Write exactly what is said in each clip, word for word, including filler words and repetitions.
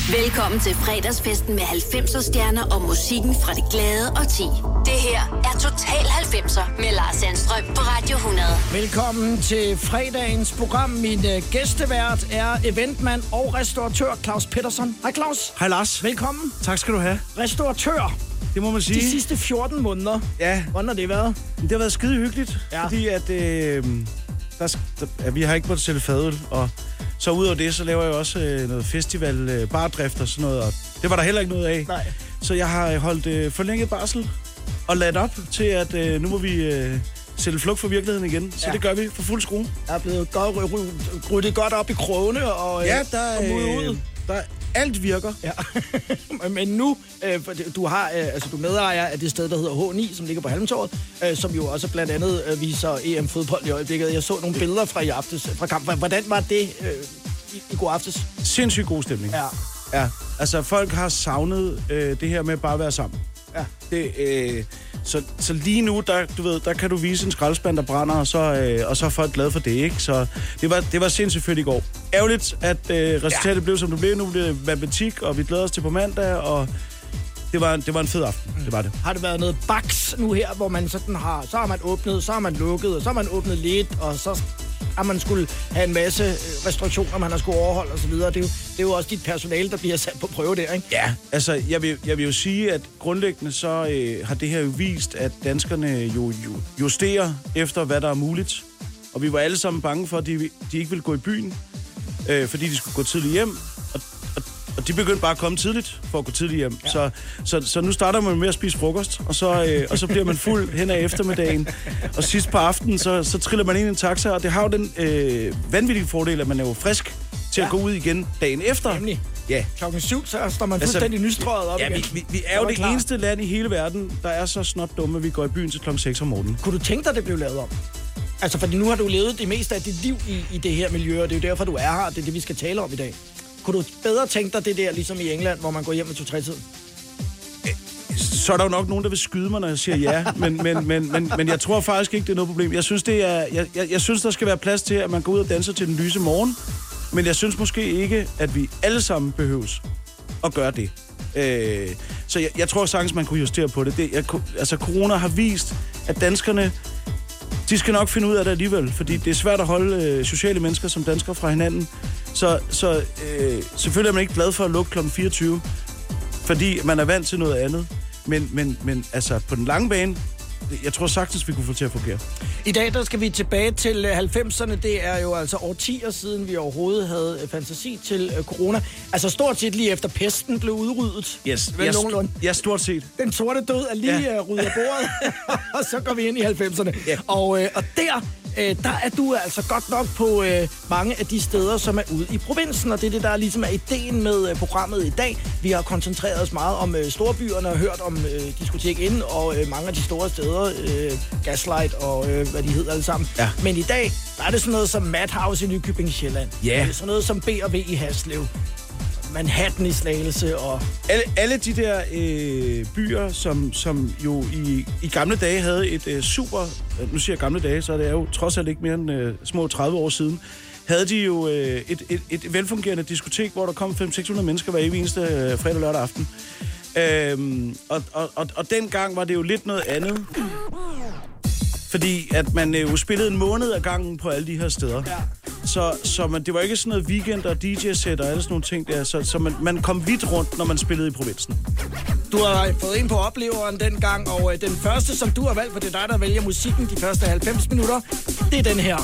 Velkommen til fredagsfesten med halvfemser stjerner og musikken fra det glade årti. Det her er Total halvfemser med Lars Sandstrøm på Radio hundrede. Velkommen til fredagens program. Min uh, gæstevært er eventmand og restauratør Claus Pettersson. Hej Claus. Hej Lars. Velkommen. Tak skal du have. Restauratør. Det må man sige. De sidste fjorten måneder. Ja. Hvordan har det været? Det har været skide hyggeligt, ja. Fordi at, øh, der, der, at vi har ikke måttet sælge fadøl, og så udover det, så laver jeg også øh, noget festival, øh, bardrift og sådan noget, og det var der heller ikke noget af. Nej. Så jeg har holdt øh, forlænget barsel og ladt op til, at øh, nu må vi øh, sælge flugt for virkeligheden igen. Så ja. Det gør vi for fuld skrue. Jeg er blevet godt, ryddet godt op i krogene og, ja, der, og mod ud. Der alt virker. Ja. Men nu, øh, du har, øh, altså du er medejer af det sted, der hedder H ni, som ligger på Halmtorvet, øh, som jo også blandt andet øh, viser E M-fodbold i øjeblikket. Jeg så nogle billeder fra i aftes, fra kampen. Hvordan var det øh, i, i går aftes? Sindssygt god stemning. Ja. Ja, altså folk har savnet øh, det her med bare at være sammen. Ja. Det, øh, så, så lige nu, der, du ved, der kan du vise en skraldespand, der brænder, og så, øh, og så er folk glade for det, ikke? Så det var, det var sindssygt fedt i går. Ærgerligt, at øh, resultatet ja. blev, som det blev. Nu blev det matematik, og vi glæder os til på mandag, og det var, det var en fed aften. Mm. Det var det. Har det været noget baks nu her, hvor man sådan har, så har man åbnet, så har man lukket, og så har man åbnet lidt, og så har man skulle have en masse restriktioner, man har skulle overholde osv. Det, det er jo også dit personale, der bliver sat på prøve der, ikke? Ja, altså jeg vil, jeg vil jo sige, at grundlæggende så øh, har det her jo vist, at danskerne jo, jo justerer efter, hvad der er muligt. Og vi var alle sammen bange for, at de, de ikke ville gå i byen, øh, fordi de skulle gå tidligt hjem. Og, og, og de begyndte bare at komme tidligt for at gå tidligt hjem. Ja. Så, så, så nu starter man med at spise frokost, og så, øh, og så bliver man fuld hen ad eftermiddagen. Og sidst på aftenen, så, så triller man ind i en taxa, og det har jo den øh, vanvittige fordel, at man er jo frisk til ja. at gå ud igen dagen efter. Nemlig. Ja. Klokken syv, så står man fuldstændig altså, nystrøget op ja, igen. Vi, vi, vi er jo det klar. eneste land i hele verden, der er så snot dumme, at vi går i byen til klokken seks om morgenen. Kunne du tænke dig, det blev lavet om? Altså, fordi nu har du levet det meste af dit liv i, i det her miljø, og det er jo derfor, du er her, og det er det, vi skal tale om i dag. Kunne du bedre tænke dig det der, ligesom i England, hvor man går hjem med to-tre-tiden? Så er der jo nok nogen, der vil skyde mig, når jeg siger ja, men, men, men, men, men jeg tror faktisk ikke, det er noget problem. Jeg synes, det er, jeg, jeg, jeg synes, der skal være plads til, at man går ud og danser til den lyse morgen, men jeg synes måske ikke, at vi alle sammen behøves at gøre det. Øh, så jeg, jeg tror sagtens, man kunne justere på det. det jeg, altså, corona har vist, at danskerne, de skal nok finde ud af det alligevel, fordi det er svært at holde øh, sociale mennesker som danskere fra hinanden. Så, så øh, selvfølgelig er man ikke glad for at lukke klokken fireogtyve, fordi man er vant til noget andet. Men, men, men altså, på den lange bane, jeg tror sagtens, vi kunne få til at fungere. I dag, der skal vi tilbage til halvfemserne. Det er jo altså årtier siden, vi overhovedet havde fantasi til corona. Altså stort set lige efter pesten blev udryddet. Yes, ja, st- ja, stort set. Den sorte død er lige ja. ryddet af bordet, og så går vi ind i halvfemserne. Ja. Og, øh, og der... der er du altså godt nok på øh, mange af de steder, som er ude i provinsen, og det er det, der ligesom er ideen med øh, programmet i dag. Vi har koncentreret os meget om øh, storbyerne og hørt om øh, Diskotek Ind og øh, mange af de store steder, øh, Gaslight og øh, hvad de hedder alle sammen. Ja. Men i dag, der er det sådan noget som Madhouse i Nykøbing Sjælland. Ja. Yeah. Sådan noget som B og V i Haslev. Manhattan i Slagelse og... Alle, alle de der øh, byer, som, som jo i, i gamle dage havde et øh, super... Nu siger jeg gamle dage, så er det jo trods alt ikke mere end øh, små tredive år siden. Havde de jo øh, et, et, et velfungerende diskotek, hvor der kom fem til seks hundrede mennesker hver eneste øh, fredag og lørdag aften. Øhm, og, og, og, og dengang var det jo lidt noget andet. Fordi at man jo spillede en måned ad gangen på alle de her steder. Ja. Så, så man, det var ikke sådan noget weekend og D J-sæt og alle sådan nogle ting der. Så, så man, man kom vidt rundt, når man spillede i provinsen. Du har fået ind på opleveren dengang, og øh, den første, som du har valgt, for det er dig, der vælger musikken de første halvfems minutter, det er den her.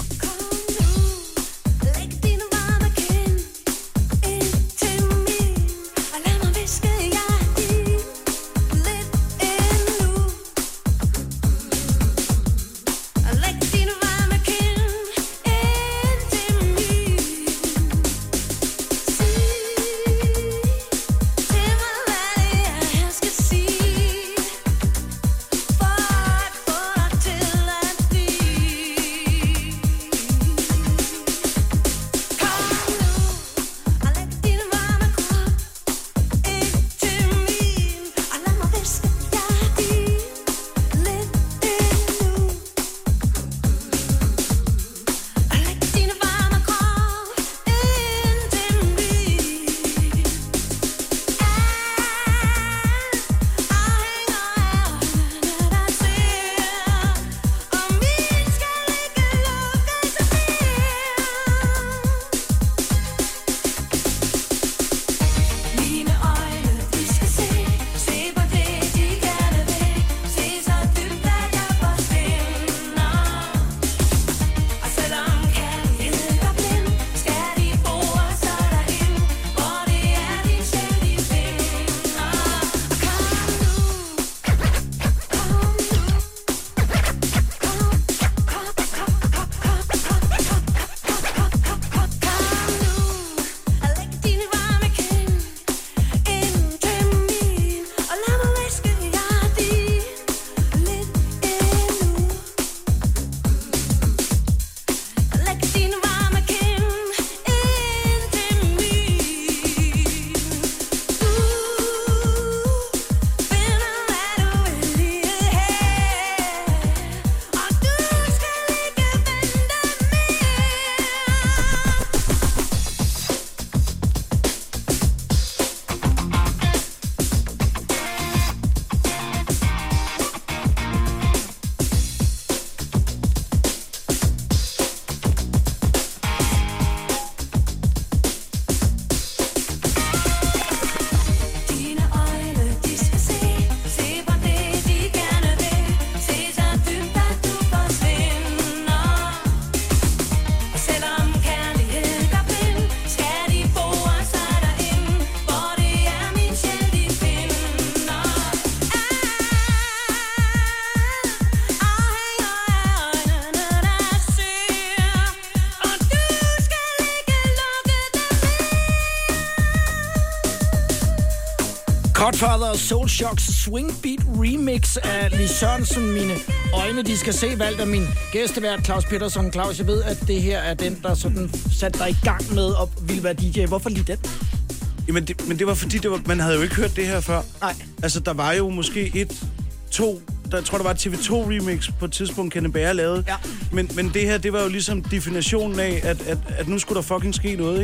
Godfather og Soul Shocks Swing Beat Remix af Lis Sørensen. Mine øjne, de skal se, valgt af min gæstevært Claus Pettersson. Claus, jeg ved, at det her er den, der sådan satte dig i gang med at ville være D J. Hvorfor lige den? Jamen, det, men det var fordi, det var, man havde jo ikke hørt det her før. Nej. Altså, der var jo måske et, to... Der, jeg tror, der var et T V to remix på et tidspunkt, Kenneth Bager lavede. Ja. Men, men det her, det var jo ligesom definitionen af, at, at, at nu skulle der fucking ske noget,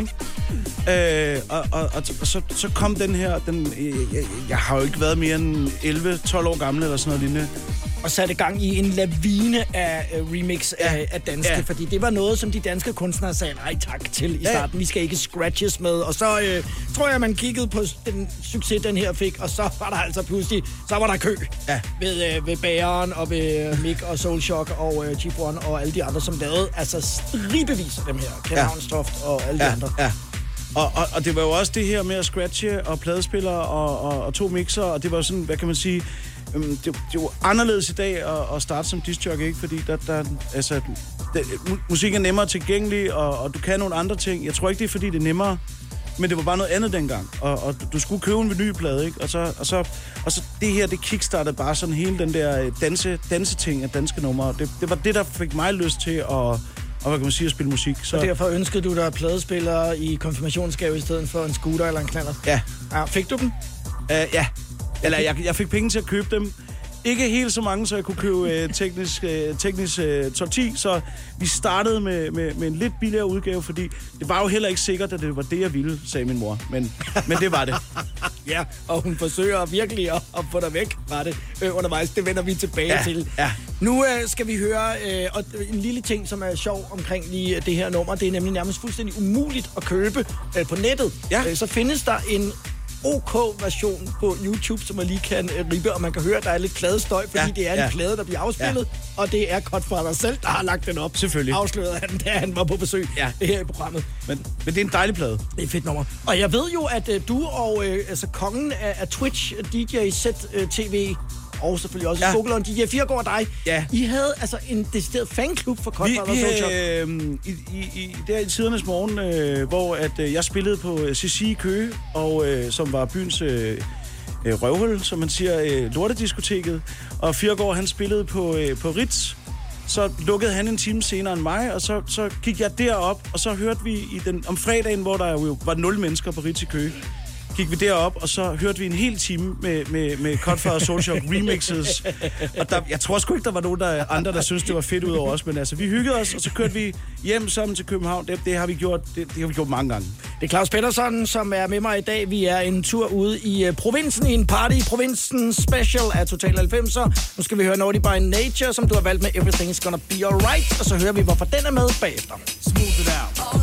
ikke? Øh, og og, og, og så, så kom den her... Den, jeg, jeg har jo ikke været mere end elleve tolv år gammel eller sådan noget lignende. Og satte gang i en lavine af uh, remix ja. af, af danske, ja. fordi det var noget, som de danske kunstnere sagde nej tak til i starten. Ja. Vi skal ikke scratches med. Og så øh, tror jeg, man kiggede på den succes, den her fik, og så var der altså pludselig, så var der kø ja. ved, øh, ved Bageren og ved Mick og Soul Shock og øh, Cheap One og alle de andre, som lavede altså stribevis af dem her. Ken ja. Havnstoft og alle ja. de andre. Ja. Og, og, og det var jo også det her med at scratche og pladespillere og, og, og to mixer, og det var sådan, hvad kan man sige... Det, det er jo anderledes i dag at, at starte som discjockey, ikke? Fordi der, der, altså, det, musik er nemmere tilgængelig, og, og du kan nogle andre ting. Jeg tror ikke, det er fordi, det er nemmere, men det var bare noget andet dengang. Og, og du skulle købe en vinylplade, ikke? Og så, og, så, og så det her, det kickstartede bare sådan hele den der danse, danseting af danske numre. Det, det var det, der fik mig lyst til at... Og hvad kan man sige, at spille musik. Så... Og derfor ønskede du dig pladespillere i konfirmationsgave i stedet for en scooter eller en knallert? Ja. Ja, fik du dem? Uh, ja. Eller jeg, jeg fik penge til at købe dem. Ikke helt så mange, så jeg kunne købe uh, teknisk, uh, teknisk uh, top ti. Så vi startede med, med, med en lidt billigere udgave, fordi det var jo heller ikke sikkert, at det var det, jeg ville, sagde min mor. Men, men det var det. Ja, og hun forsøger virkelig at, at få dig væk fra det øh, undervejs. Det vender vi tilbage ja, til. Ja. Nu øh, skal vi høre øh, og en lille ting, som er sjov omkring lige det her nummer. Det er nemlig nærmest fuldstændig umuligt at købe øh, på nettet. Ja. Øh, så findes der en OK-version på YouTube, som man lige kan øh, rippe, og man kan høre, at der er lidt pladestøj, fordi ja, det er en ja. plade, der bliver afspillet, ja. og det er Godfather selv, der har lagt den op. Selvfølgelig. Afslørede han, da han var på besøg ja. her i programmet. Men, men det er en dejlig plade. Det er et fedt nummer. Og jeg ved jo, at øh, du og øh, altså kongen af, af Twitch, D J Z T V, og selvfølgelig også ja. Skogelund, D J Firgaard og dig. Ja. I havde altså en decideret fanklub for Godfather og Soul Shock. Øh, i, i, i, der i tidernes morgen, øh, hvor at, øh, jeg spillede på C C i Køge, og, øh, som var byens øh, røvhul, som man siger, øh, lortediskoteket. Og Firgaard, han spillede på, øh, på Ritz. Så lukkede han en time senere end mig, og så, så gik jeg derop, og så hørte vi i den, om fredagen, hvor der jo var nul mennesker på Ritz i Køge, gik vi derop, og så hørte vi en hel time med, med, med Godfather og Soul Shock remixes. Og der, jeg tror sgu ikke, der var nogen der, andre, der syntes, det var fedt ud over os. Men altså, vi hyggede os, og så kørte vi hjem sammen til København. Det, det har vi gjort, det, det har vi gjort mange gange. Det er Claus Pettersson, som er med mig i dag. Vi er en tur ude i uh, provinsen, i en party i provinsen special af Total halvfemser. Nu skal vi høre Naughty by Nature, som du har valgt med Everything's Gonna Be Alright. Og så hører vi, hvorfor den er med bagefter. Smooth it out.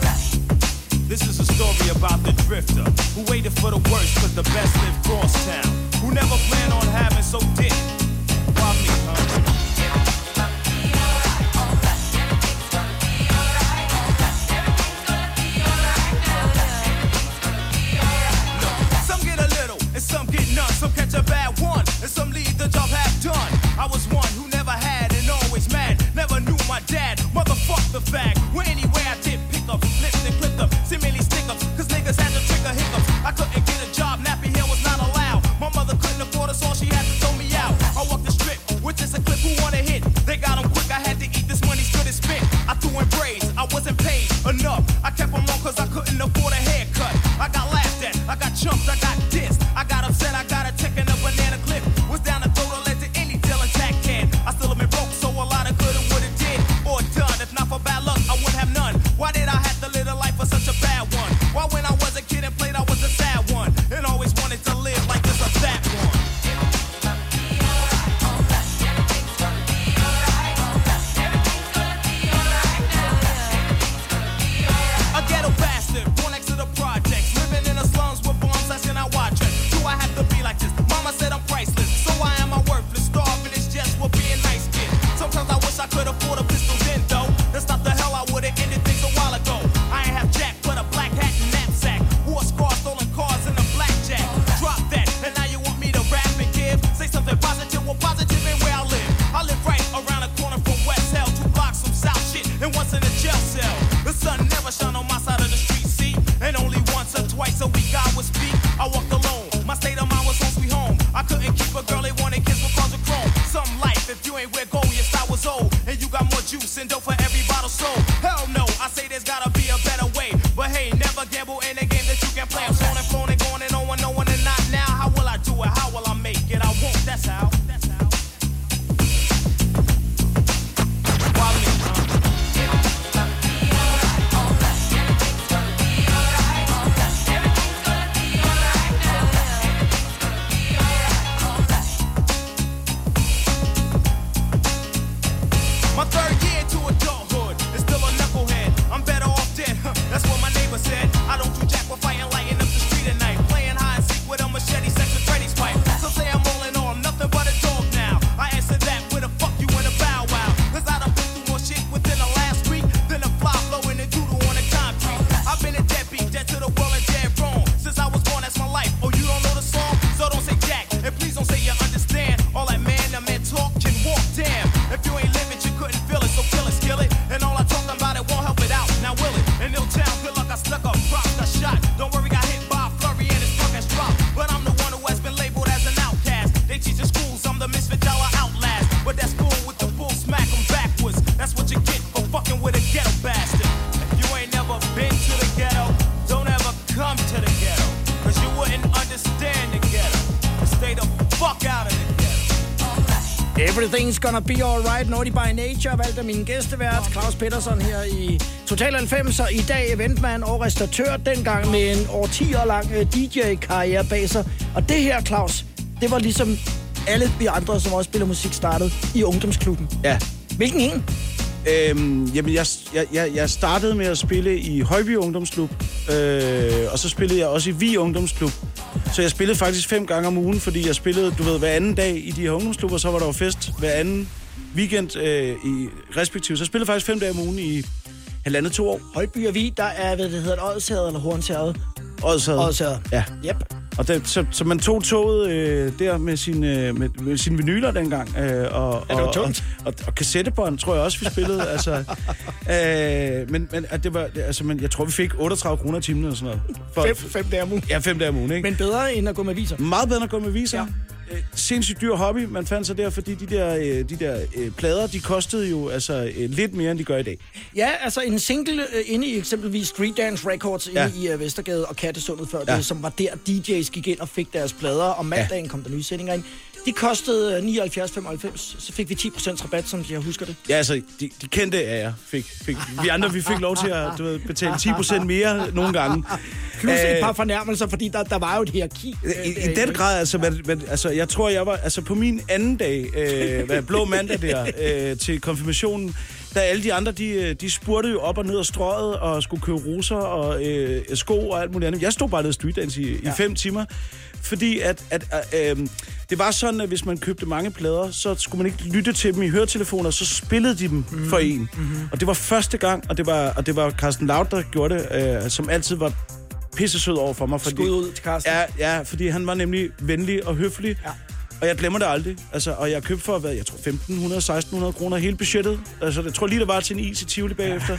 This is a story about the drifter who waited for the worst cause the best lived cross town. Who never planned on having so dick. Why me, huh? Some get a little and some get none. Some catch a bad one and some leave the job half done. I was one who never had and always mad. Never knew my dad. Motherfuck the fag. Where anywhere I did pick up, flipped and clipped up. Simile stick-ups, cause niggas had to trigger hiccups. I couldn't get a job, nappy hair was not allowed. My mother couldn't afford us all, she had to throw me out. I walked the strip, with just a clip, who wanna hit? They got them quick, I had to eat this money's good as spit. I threw in braids, I wasn't paid enough. I kept them long cause I couldn't afford a haircut. I got laughed at, I got chumped, I got dissed. I got upset, I got a check and a banana clip. Was down the throat, I led to any deal attack can. I still have been broke, so a lot of coulda, woulda did or done. If not for bad luck, I wouldn't have none. Why did I have to live a life for such a bad one? Why when I was a kid and played I was a sad one? And always wanted to live like this or that one. A ghetto bastard, born next to the projects. Living in the slums with bombs lasting out Everything's Gonna Be Alright, Naughty by Nature, valgt af min gæstevært, Claus Pettersson her i Total halvfemser. I dag eventmand og restauratør, dengang med en årtier lang D J-karriere bag sig. Og det her, Claus, det var ligesom alle vi andre, som også spiller musik, startede i ungdomsklubben. Ja. Hvilken en? Øhm, jamen, jeg, jeg, jeg startede med at spille i Højby Ungdomsklub, øh, og så spillede jeg også i Vi Ungdomsklub. Så jeg spillede faktisk fem gange om ugen, fordi jeg spillede, du ved, hver anden dag i de her ungdomsklubber, så var der jo fest hver anden weekend øh, i respektive. Så jeg spillede faktisk fem dage om ugen i halvandet to år. Højby og Vi, der er, hvad det hedder, et Odsherred eller Hornsherred? Odsherred. Odsherred. Ja. Yep. Og det, så, så man tog toget øh, der med sine med, med sin vinyler dengang. Øh, og, ja, det var og, tungt. Og, og, og kassettebånd, tror jeg også, vi spillede. altså, øh, men men at det var, altså, men jeg tror, vi fik otteogtredive kroner i timen eller sådan noget. For, Fem, fem dage om ugen. Ja, fem dage om ugen, ikke? Men bedre end at gå med viser. Meget bedre end at gå med viser. Ja. Øh, sindssygt dyr hobby, man fandt sig der, fordi de der, øh, de der øh, plader, de kostede jo altså øh, lidt mere, end de gør i dag. Ja, altså en single øh, inde i eksempelvis Street Dance Records ja. inde i øh, Vestergade og Kattesundet før ja. det, som var der D J's gik ind og fik deres plader, og mandagen ja. kom der nye sendinger ind. De kostede nioghalvfjerds femoghalvfems, så fik vi ti procent rabat, som jeg husker det. Ja, altså, de, de kendte af jer. Fik, fik, vi andre, vi fik lov til at du ved, betale ti procent mere nogle gange. Plus Æh, et par fornærmelser, fordi der, der var jo et hierarki. I, i den grad, altså, men, men, altså, jeg tror, jeg var, altså på min anden dag, øh, blå mandag der, øh, til konfirmationen, da alle de andre, de, de spurgte jo op og ned og strøget, og skulle købe roser og øh, sko og alt muligt andet. Jeg stod bare nede i streetdance i, ja. i fem timer, fordi at, at øh, det var sådan, at hvis man købte mange plader, så skulle man ikke lytte til dem i høretelefoner, så spillede de dem mm-hmm. for en. Mm-hmm. Og det var første gang, og det var, og det var Carsten Laud, der gjorde det, øh, som altid var pissesød over for mig. Fordi, skud ud til Carsten. Ja, ja, fordi han var nemlig venlig og høflig. Ja. Og jeg glemmer det aldrig. Altså, og jeg købte for, hvad, jeg tror, femten hundrede, seksten hundrede kroner hele budgettet. Altså, jeg tror lige, der var til en is i Tivoli bagefter.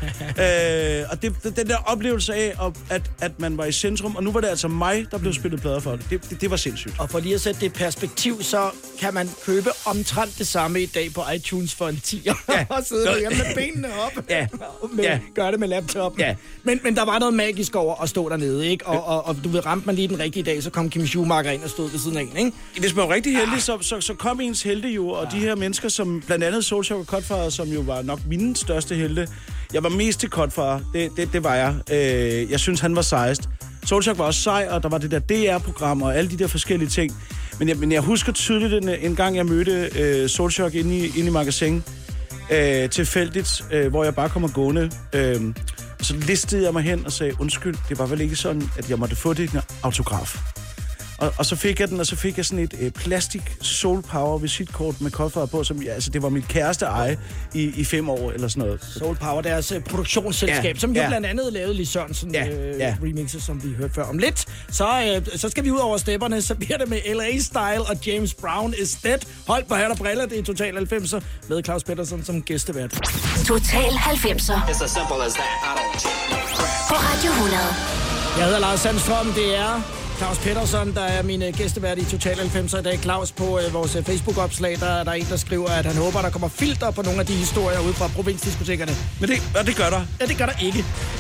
øh, og det, den der oplevelse af, at, at man var i centrum, og nu var det altså mig, der blev spillet plader for det. Det, det, det var sindssygt. Og for lige at sætte det i perspektiv, så kan man købe omtrent det samme i dag på iTunes for en tier. Ja. Og sidde derhjemme med benene op. Ja. med, ja. Gør det med laptopen. Ja. Men, men der var noget magisk over at stå dernede, ikke? Og, og, og du ved, ramte man lige den rigtige dag, så kom Kim Schumacher ind og stod ved siden af en, ikke? Hvis man var rigtig heldig, så, så, så kom ens helte jo, og ja. de her mennesker, som blandt andet Soulshock og Cutfather, som jo var nok mine største helte. Jeg var mest til Cutfather, det, det, det var jeg. Øh, jeg synes, han var sejst. Soulshock var også sej, og der var det der D R-program og alle de der forskellige ting. Men jeg, men jeg husker tydeligt en, en gang, jeg mødte øh, Soulshock inde i, inde i magasin, øh, tilfældigt, øh, hvor jeg bare kom og gående. Øh, og så listede jeg mig hen og sagde, undskyld, det var vel ikke sådan, at jeg måtte få det en autograf. Og, og så fik jeg den, og så fik jeg sådan et øh, plastik Soul Power visitkort med Cutfather på, som ja, altså, det var mit kæreste eje i, i fem år eller sådan noget. Soul Power, deres uh, produktionsselskab, ja, som jo ja. blandt andet lavede Lis Sørensen ja, øh, ja. remixer, som vi hørte før om lidt. Så, øh, så skal vi ud over stepperne, så bliver det med L A Style og James Brown is Dead. Hold på hat og briller, det er Total halvfemser med Claus Pettersson som gæstevært. Total halvfemser. It's as simple as that. I don't take no crap. På Radio hundrede. Jeg hedder Lars Sandstrøm, det er Claus Pettersson, der er min gæstevært i Total halvfemser i dag. Claus, på øh, vores Facebook-opslag, der, der er en, der skriver, at han håber, der kommer filter på nogle af de historier ude fra provinsdiskotekerne. Men det, og det gør der. Ja, det gør der ikke.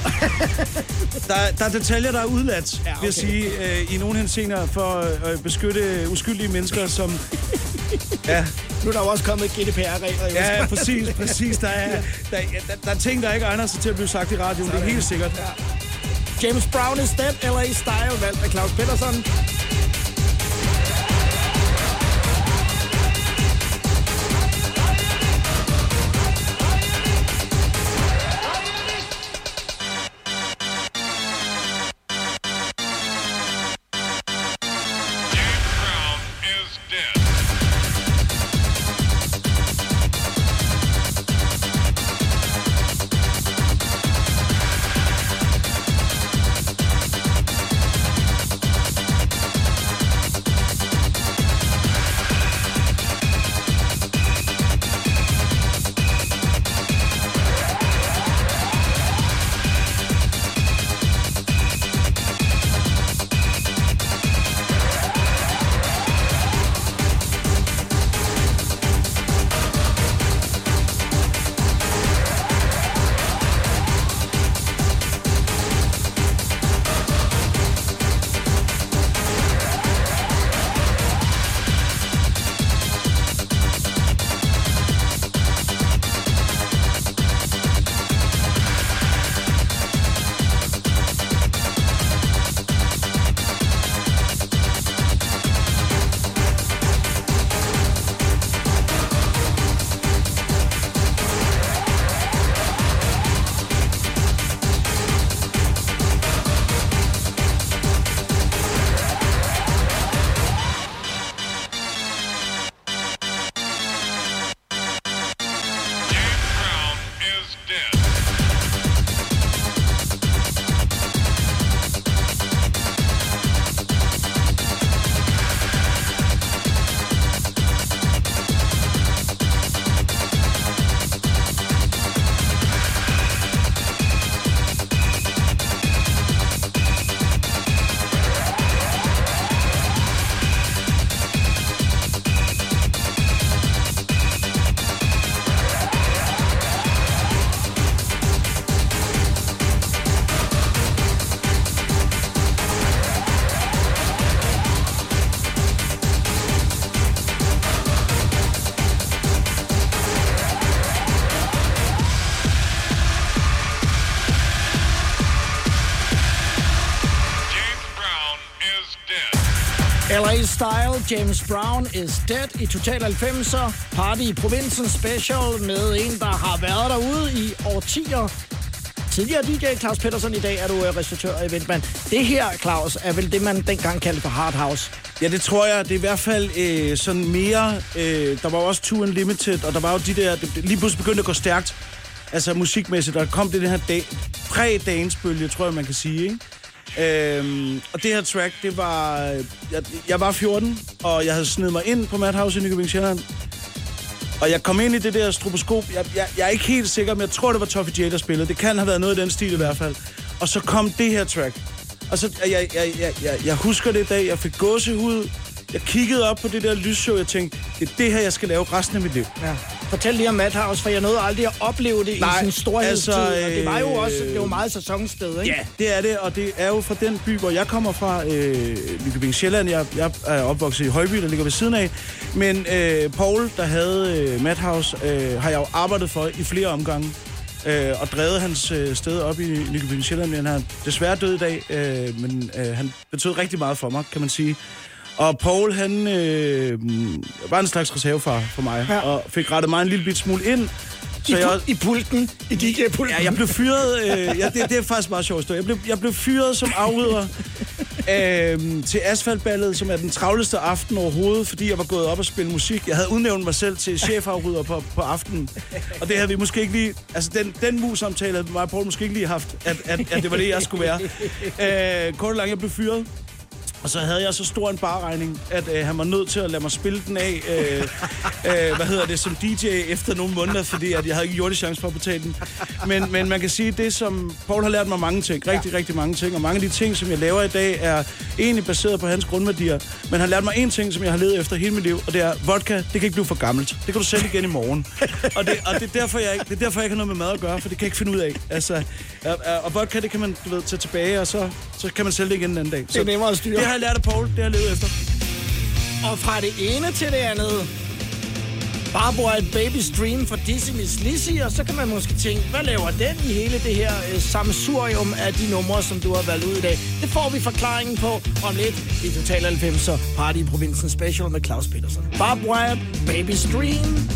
der, der er detaljer, der er udladt, ja, okay. vil jeg sige, øh, i nogle henseender for at øh, beskytte uskyldige mennesker, som... ja. Nu er der jo også kommet G D P R-regler. Ja, præcis, præcis. Der er, der, der, der er ting, der ikke egner sig til at blive sagt i radioen, det er helt sikkert. Ja. James Brown is Dead, L A Style, valgt af Claus Pettersson. L A Style, James Brown is Dead i Total halvfemser. Party i provinsen special med en, der har været derude i årtier. Tidligere D J Claus Pettersen, i dag er du restauratør og eventmand. Det her, Claus, er vel det, man dengang kaldte for Hard House? Ja, det tror jeg. Det er i hvert fald øh, sådan mere... Øh, der var også Two Unlimited, og der var jo de der... Det, lige pludselig begyndte at gå stærkt. Altså musikmæssigt, der kom det den her dag, præ-dansbølge, tror jeg, man kan sige, ikke? Øhm, og det her track, det var... Jeg, jeg var fjorten, og jeg havde snedet mig ind på Madhouse i Nykøbing Sjælland. Og jeg kom ind i det der stroboskop. Jeg, jeg, jeg er ikke helt sikker, men jeg tror, det var Toffee J, der spillede. Det kan have været noget i den stil i hvert fald. Og så kom det her track. Og så, jeg, jeg, jeg, jeg, jeg husker det i dag. Jeg fik gåsehud. Jeg kiggede op på det der lysshow. Jeg tænkte, det er det her, jeg skal lave resten af mit liv. Ja. Fortæl lige om Madhouse, for jeg nåede aldrig at opleve det. Nej, i sin storhedstid. Altså, øh, det var jo også det var meget sæsonsted, ikke? Ja, det er det, og det er jo fra den by, hvor jeg kommer fra, øh, Nykøbing Sjælland. Jeg, jeg er opvokset i Højby, der ligger ved siden af. Men øh, Paul, der havde øh, Madhouse, øh, har jeg jo arbejdet for i flere omgange. Øh, og drevet hans øh, sted op i Nykøbing Sjælland. Han er desværre død i dag, øh, men øh, han betød rigtig meget for mig, kan man sige. Og Paul, han øh, var en slags reservefar for mig, ja. Og fik rettet mig en lille bit smule ind. Så I, jeg, I pulten? I D J-pulten? Ja, jeg blev fyret... Øh, ja, det, det er faktisk meget sjovt. Jeg blev, jeg blev fyret som afrydder øh, til asfaltballet, som er den travleste aften overhovedet, fordi jeg var gået op og spille musik. Jeg havde udnævnt mig selv til chefafrydder på, på aftenen. Og det havde vi måske ikke lige... Altså, den, den mus-samtale havde mig og Paul måske ikke lige haft, at, at, at det var det, jeg skulle være. Øh, kort og langt, jeg blev fyret. Og så havde jeg så stor en barregning, at øh, han var nødt til at lade mig spille den af, øh, øh, hvad hedder det, som D J efter nogle måneder, fordi at jeg havde ikke jordig chance for at betale den. Men, men man kan sige, det som Paul har lært mig mange ting, rigtig, ja. rigtig mange ting, og mange af de ting, som jeg laver i dag, er egentlig baseret på hans grundværdier. Men han har lært mig en ting, som jeg har levet efter hele mit liv, og det er, vodka, det kan ikke blive for gammelt. Det kan du sælge igen i morgen. Og det, og det, er, derfor, jeg ikke, det er derfor, jeg ikke har noget med mad at gøre, for det kan jeg ikke finde ud af. Altså, og vodka, det kan man, du ved, tage tilbage, og så, så kan man sælge det igen en anden dag. Så det er nemmere at styre. Det har jeg lært af Paul, det har jeg levet efter. Og fra det ene til det andet. Barbara et Baby's Dream for Dizzy Miss Lizzy, og så kan man måske tænke, hvad laver den i hele det her øh, sammensurium af de numre, som du har valgt ud i dag? Det får vi forklaringen på om lidt i Total halvfemser Party i provinsen special med Claus Pettersen. Barbara et Baby's Dream.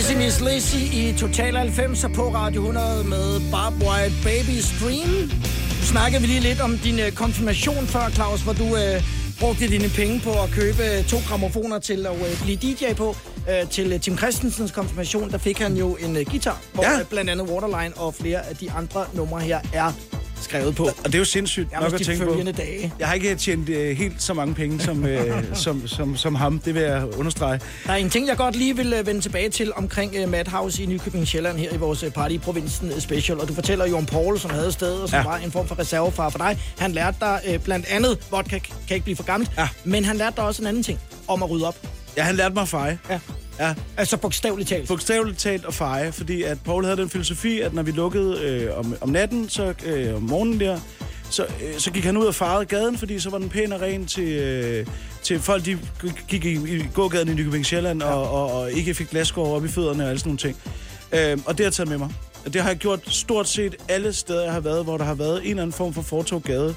Dizzy Miss Lizzy i Total halvfemser på Radio hundrede med Barb White Baby Stream. Nu snakkede vi lige lidt om din uh, konfirmation før, Claus, hvor du uh, brugte dine penge på at købe to grammofoner til at uh, blive D J på. Uh, til uh, Tim Christensens konfirmation, der fik han jo en uh, guitar, hvor ja. uh, blandt andet Waterline og flere af de andre numre her er skrevet på. Og det er jo sindssygt ja, nok at tænke på. Dage. Jeg har ikke tjent uh, helt så mange penge som, uh, som, som, som ham, det vil jeg understrege. Der er en ting, jeg godt lige vil uh, vende tilbage til omkring uh, Madhouse i Nykøbing Sjælland her i vores uh, Party i Provinsen uh, special. Og du fortæller jo om Paul, som havde stedet, og som ja. var en form for reservefar for dig. Han lærte dig uh, blandt andet, vodka kan ikke blive for gammelt, ja. men han lærte dig også en anden ting, om at rydde op. Ja, han lærte mig at feje. Ja. Ja. Altså bogstaveligt talt. Bogstaveligt talt at feje, fordi at Paul havde den filosofi, at når vi lukkede øh, om, om natten, så øh, om morgenen der, så, øh, så gik han ud og farede gaden, fordi så var den pæn og ren til, øh, til folk, de gik i, i gågaden i Nykøbing Sjælland ja. og, og, og ikke fik glasskår op i fødderne og alle sådan nogle ting. Øh, og det har jeg taget med mig. Det har jeg gjort stort set alle steder, jeg har været, hvor der har været en eller anden form for fortovgade.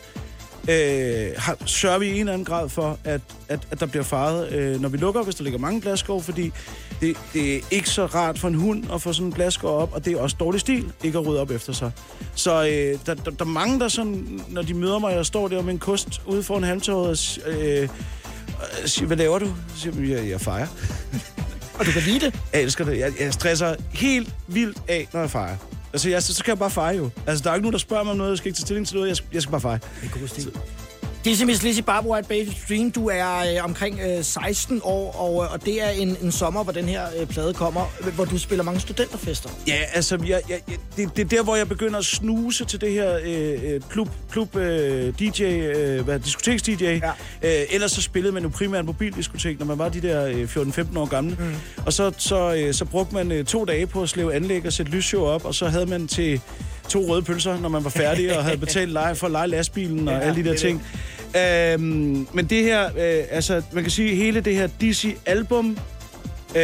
Øh, har, sørger vi i en eller anden grad for, at, at, at der bliver faret, øh, når vi lukker, hvis der ligger mange glasskår, fordi det, det er ikke så rart for en hund at få sådan en glasskår op, og det er også dårlig stil ikke at rydde op efter sig. Så øh, der, der, der er mange, der sådan, når de møder mig, jeg står der med en kost ude foran Halmtorvet og øh, siger, hvad laver du? Så siger jeg, jeg, jeg fejrer. Og du kan lide det? Jeg elsker det. Jeg, jeg stresser helt vildt af, når jeg fejrer. Altså, jeg, så, så kan jeg bare feje jo. Altså, der er ikke nogen, der spørger mig om noget. Jeg skal ikke tage stilling til noget. Jeg skal, jeg skal bare feje. Det er god stil. Dizzy Miss Lizzy, Barb White Baby Stream. Du er øh, omkring øh, seksten år, og, og det er en, en sommer, hvor den her øh, plade kommer, hvor du spiller mange studenterfester. Ja, altså, jeg, jeg, det, det er der, hvor jeg begynder at snuse til det her øh, klub, klub øh, D J, øh, hvad, diskoteks-D J. Ja. Øh, ellers så spillede man jo primært mobildiskotek, når man var de der øh, fjorten femten år gamle. Mm. Og så, så, øh, så brugte man øh, to dage på at slæve anlæg og sætte lysshow op, og så havde man til to røde pølser, når man var færdig, og havde betalt leje for at leje lastbilen og ja, alle de der ting. Øhm, men det her, øh, altså, man kan sige, hele det her Dizzy-album, øh,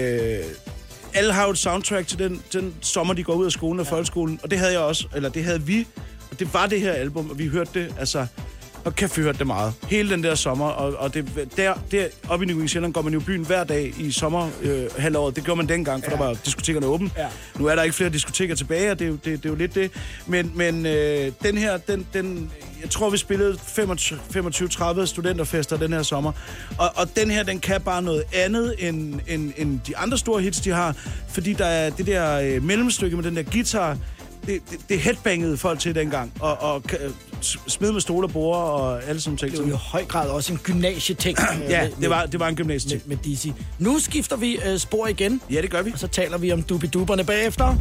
alle har jo et soundtrack til den, den sommer, de går ud af skolen og ja. folkeskolen, og det havde jeg også, eller det havde vi, og det var det her album, og vi hørte det, altså, og kæft, vi hørte det meget. Hele den der sommer, og, og det, der, der oppe i Nykøbing Sjælland går man jo i byen hver dag i sommerhalvåret. Øh, det gjorde man dengang, for ja. der var diskotekerne åbne. Ja. Nu er der ikke flere diskoteker tilbage, og det er jo, det, det er jo lidt det. Men, men øh, den her, den, den, jeg tror, vi spillede femogtyve tredive studenterfester den her sommer. Og, og den her, den kan bare noget andet end, end, end de andre store hits, de har. Fordi der er det der øh, mellemstykke med den der guitar, det, det, det headbangede folk til dengang, og, og smid med stole og borde og alle sådan ting. Det var jo i høj grad også en gymnasieting. Ja, det var, det var en gymnasieting. Med, med Dizzy. Nu skifter vi uh, spor igen. Ja, det gør vi. Og så taler vi om dubidubberne bagefter.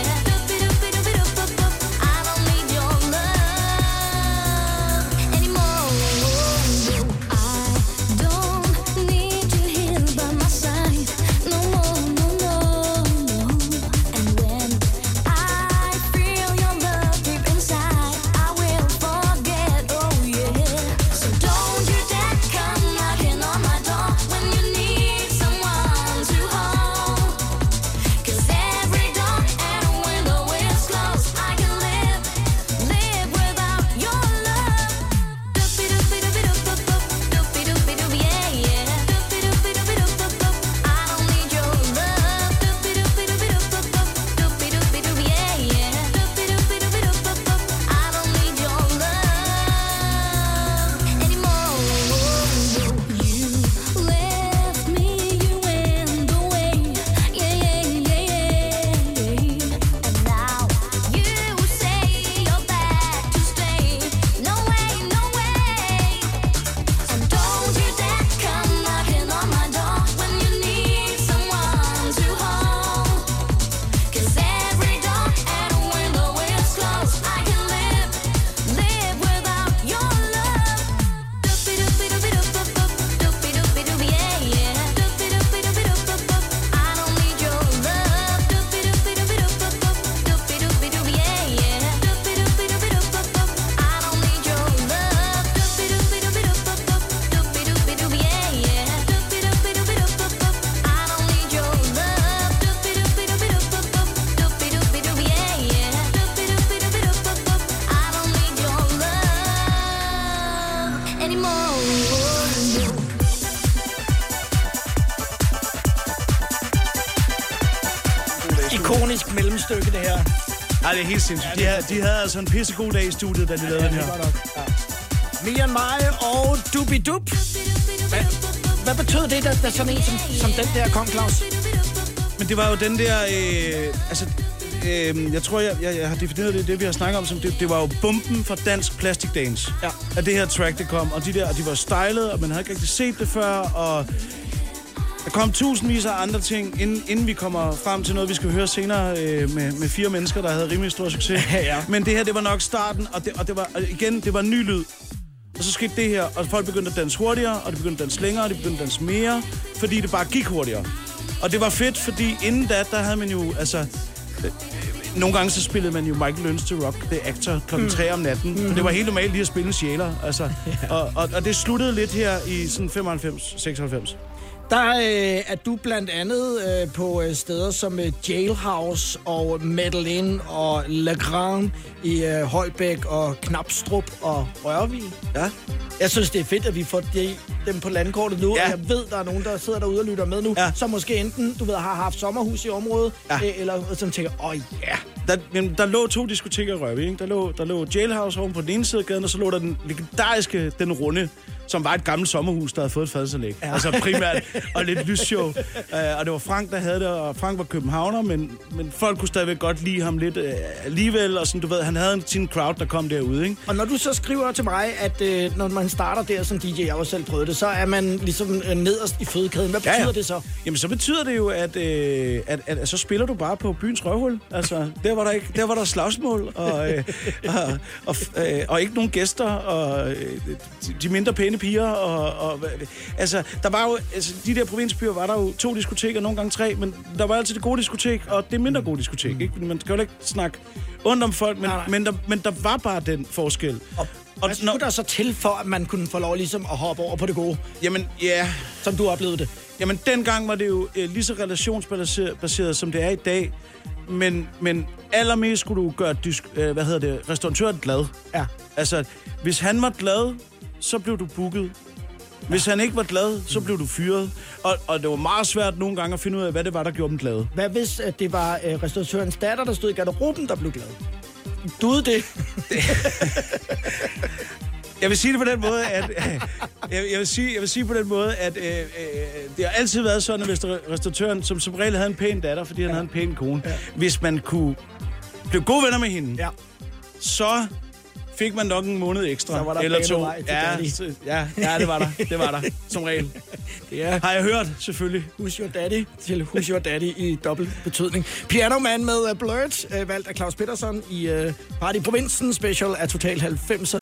Anymore. ikonisk mellemstykke, det her. Ej, det er helt sindssygt. De havde, de havde altså en pissegod dag i studiet, da de lavede Ja, den det her. er godt nok. Ja. Mian Mai og Dubi-Dub. Hvad, hvad betød det, da, da sådan en som, som den der kom, Claus? Men det var jo den der... Øh, altså, øh, jeg tror, jeg, jeg, jeg har defineret det, det vi har snakket om, som det, det var jo bumpen for dansk plastic dance. Ja. At det her track, det kom. Og de der, de var stylet, og man havde ikke rigtig set det før, og... Der kom tusindvis af andre ting, inden, inden vi kommer frem til noget, vi skal høre senere øh, med, med fire mennesker, der havde rimelig stor succes. Ja. Men det her, det var nok starten, og, det, og det var, og igen, det var ny lyd. Og så skete det her, og folk begyndte at danse hurtigere, og de begyndte at danse længere, og de begyndte at danse mere, fordi det bare gik hurtigere. Og det var fedt, fordi inden da, der havde man jo, altså... Øh, nogle gange så spillede man jo Michael Learns to Rock, The Actor, klokken tre om natten. Mm. Og det var helt normalt lige at spille sjæler, altså. Ja. Og, og, og det sluttede lidt her i sådan femoghalvfems seksoghalvfems. Der øh, er du blandt andet øh, på øh, steder som øh, Jailhouse og Medellin og La Grande i øh, Holbæk og Knapstrup og Rørvig. Ja. Jeg synes, det er fedt, at vi får de, dem på landkortet nu, Ja. og jeg ved, der er nogen, der sidder derude og lytter med nu, Ja. som måske enten, du ved, har haft sommerhus i området, Ja. øh, eller som tænker, åh ja. Yeah. Der, men der lå to diskoteker i Rørvig, ikke? Der lå, der lå Jailhouse oven på den ene side af gaden, og så lå der den legendariske Den Runde, som var et gammelt sommerhus, der havde fået et fadsanlæg. Ja. Altså primært, og lidt lysshow. Uh, og det var Frank, der havde det, og Frank var københavner, men, men folk kunne stadigvæk godt lide ham lidt uh, alligevel, og sådan, du ved, han havde sin crowd, der kom derude, ikke? Og når du så skriver til mig, at øh, når man starter der som D J, jeg har selv prøvet det, så er man ligesom øh, nederst i fødekæden. Hvad betyder Ja, ja. det så? Jamen, så betyder det jo, at, øh, at, at, at så spiller du bare på byens røvhul. Altså, der var der ikke, der var der slagsmål, og, øh, og, og, øh, og ikke nogen gæster, og øh, de mindre pæne piger, og, og altså, der var jo, altså, de der provinsbyer var der jo to diskoteker, nogle gange tre, men der var altid det gode diskotek, og det mindre gode diskotek, mm. ikke? Man skal jo ikke snakke ondt om folk, men, Nej, nej. men, der, men der var bare den forskel. Og, og hvad skulle der så til, for at man kunne få lov ligesom at hoppe over på det gode, Jamen, ja... som du oplevede det? Jamen, dengang var det jo øh, lige så relationsbaseret, som det er i dag. Men, men allermest skulle du gøre disk- øh, hvad hedder det, restauratøren glad. Ja. Altså, hvis han var glad, så blev du booket. Hvis han ikke var glad, så blev du fyret. Og, og det var meget svært nogle gange at finde ud af, hvad det var, der gjorde dem glade. Hvad hvis at det var øh, restauratørens datter, der stod i garderoben, der blev glad? Duede det? Jeg vil sige det på den måde, at øh, jeg, jeg, vil sige, jeg vil sige på den måde, at øh, øh, det har altid været sådan, at hvis restauratøren, som som regel havde en pæn datter, fordi han ja. havde en pæn kone, ja. hvis man kunne blive gode venner med hende, Ja. så fik man nok en måned ekstra. Så var der eller to. banevej til Ja, daddy. så, ja, ja, det var der. Det var der, som regel. Det er Har jeg hørt, selvfølgelig. Who's Your Daddy til Who's Your Daddy i dobbelt betydning. Piano Man med uh, Blurt, uh, valgt af Claus Peterson i uh, Party Provinsen special af Total halvfemser.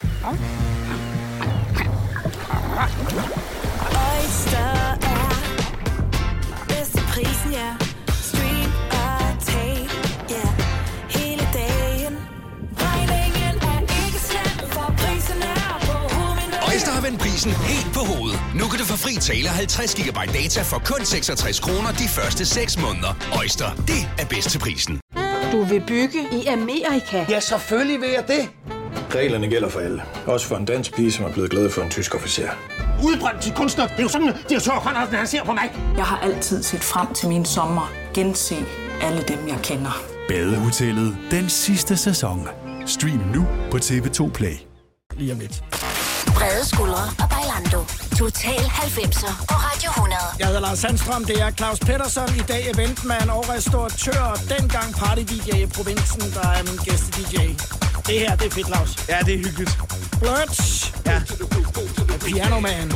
Oyster er bedst til prisen, ja. Stream og tag, ja. Hele dagen. Regningen er ikke slem, for prisen er på hovedet. Oyster har vendt prisen helt på hovedet. Nu kan du få fri tale halvtreds gigabyte data for kun seksogtres kroner de første seks måneder. Oyster, det er bedst til prisen. Du vil bygge i Amerika? Ja, selvfølgelig vil jeg det. Reglerne gælder for alle. Også for en dansk pige, som er blevet glad for en tysk officer. Udbrændt til kunstner. Det er jo sådan, at direktør Conradsen, han ser på mig. Jeg har altid set frem til min sommer. Gense alle dem, jeg kender. Badehotellet den sidste sæson. Stream nu på T V to Play. Lige om lidt. Brede skuldre og Bailando. Total halvfemser på Radio hundrede. Jeg hedder Lars Sandstrøm, det er Claus Peterson, i dag eventmand og restauratør, og dengang party-D J i Provinsen, der er min gæste-D J. Det her, det er fedt, Claus. Ja, det er hyggeligt. Blurt. Ja. Og Piano Man.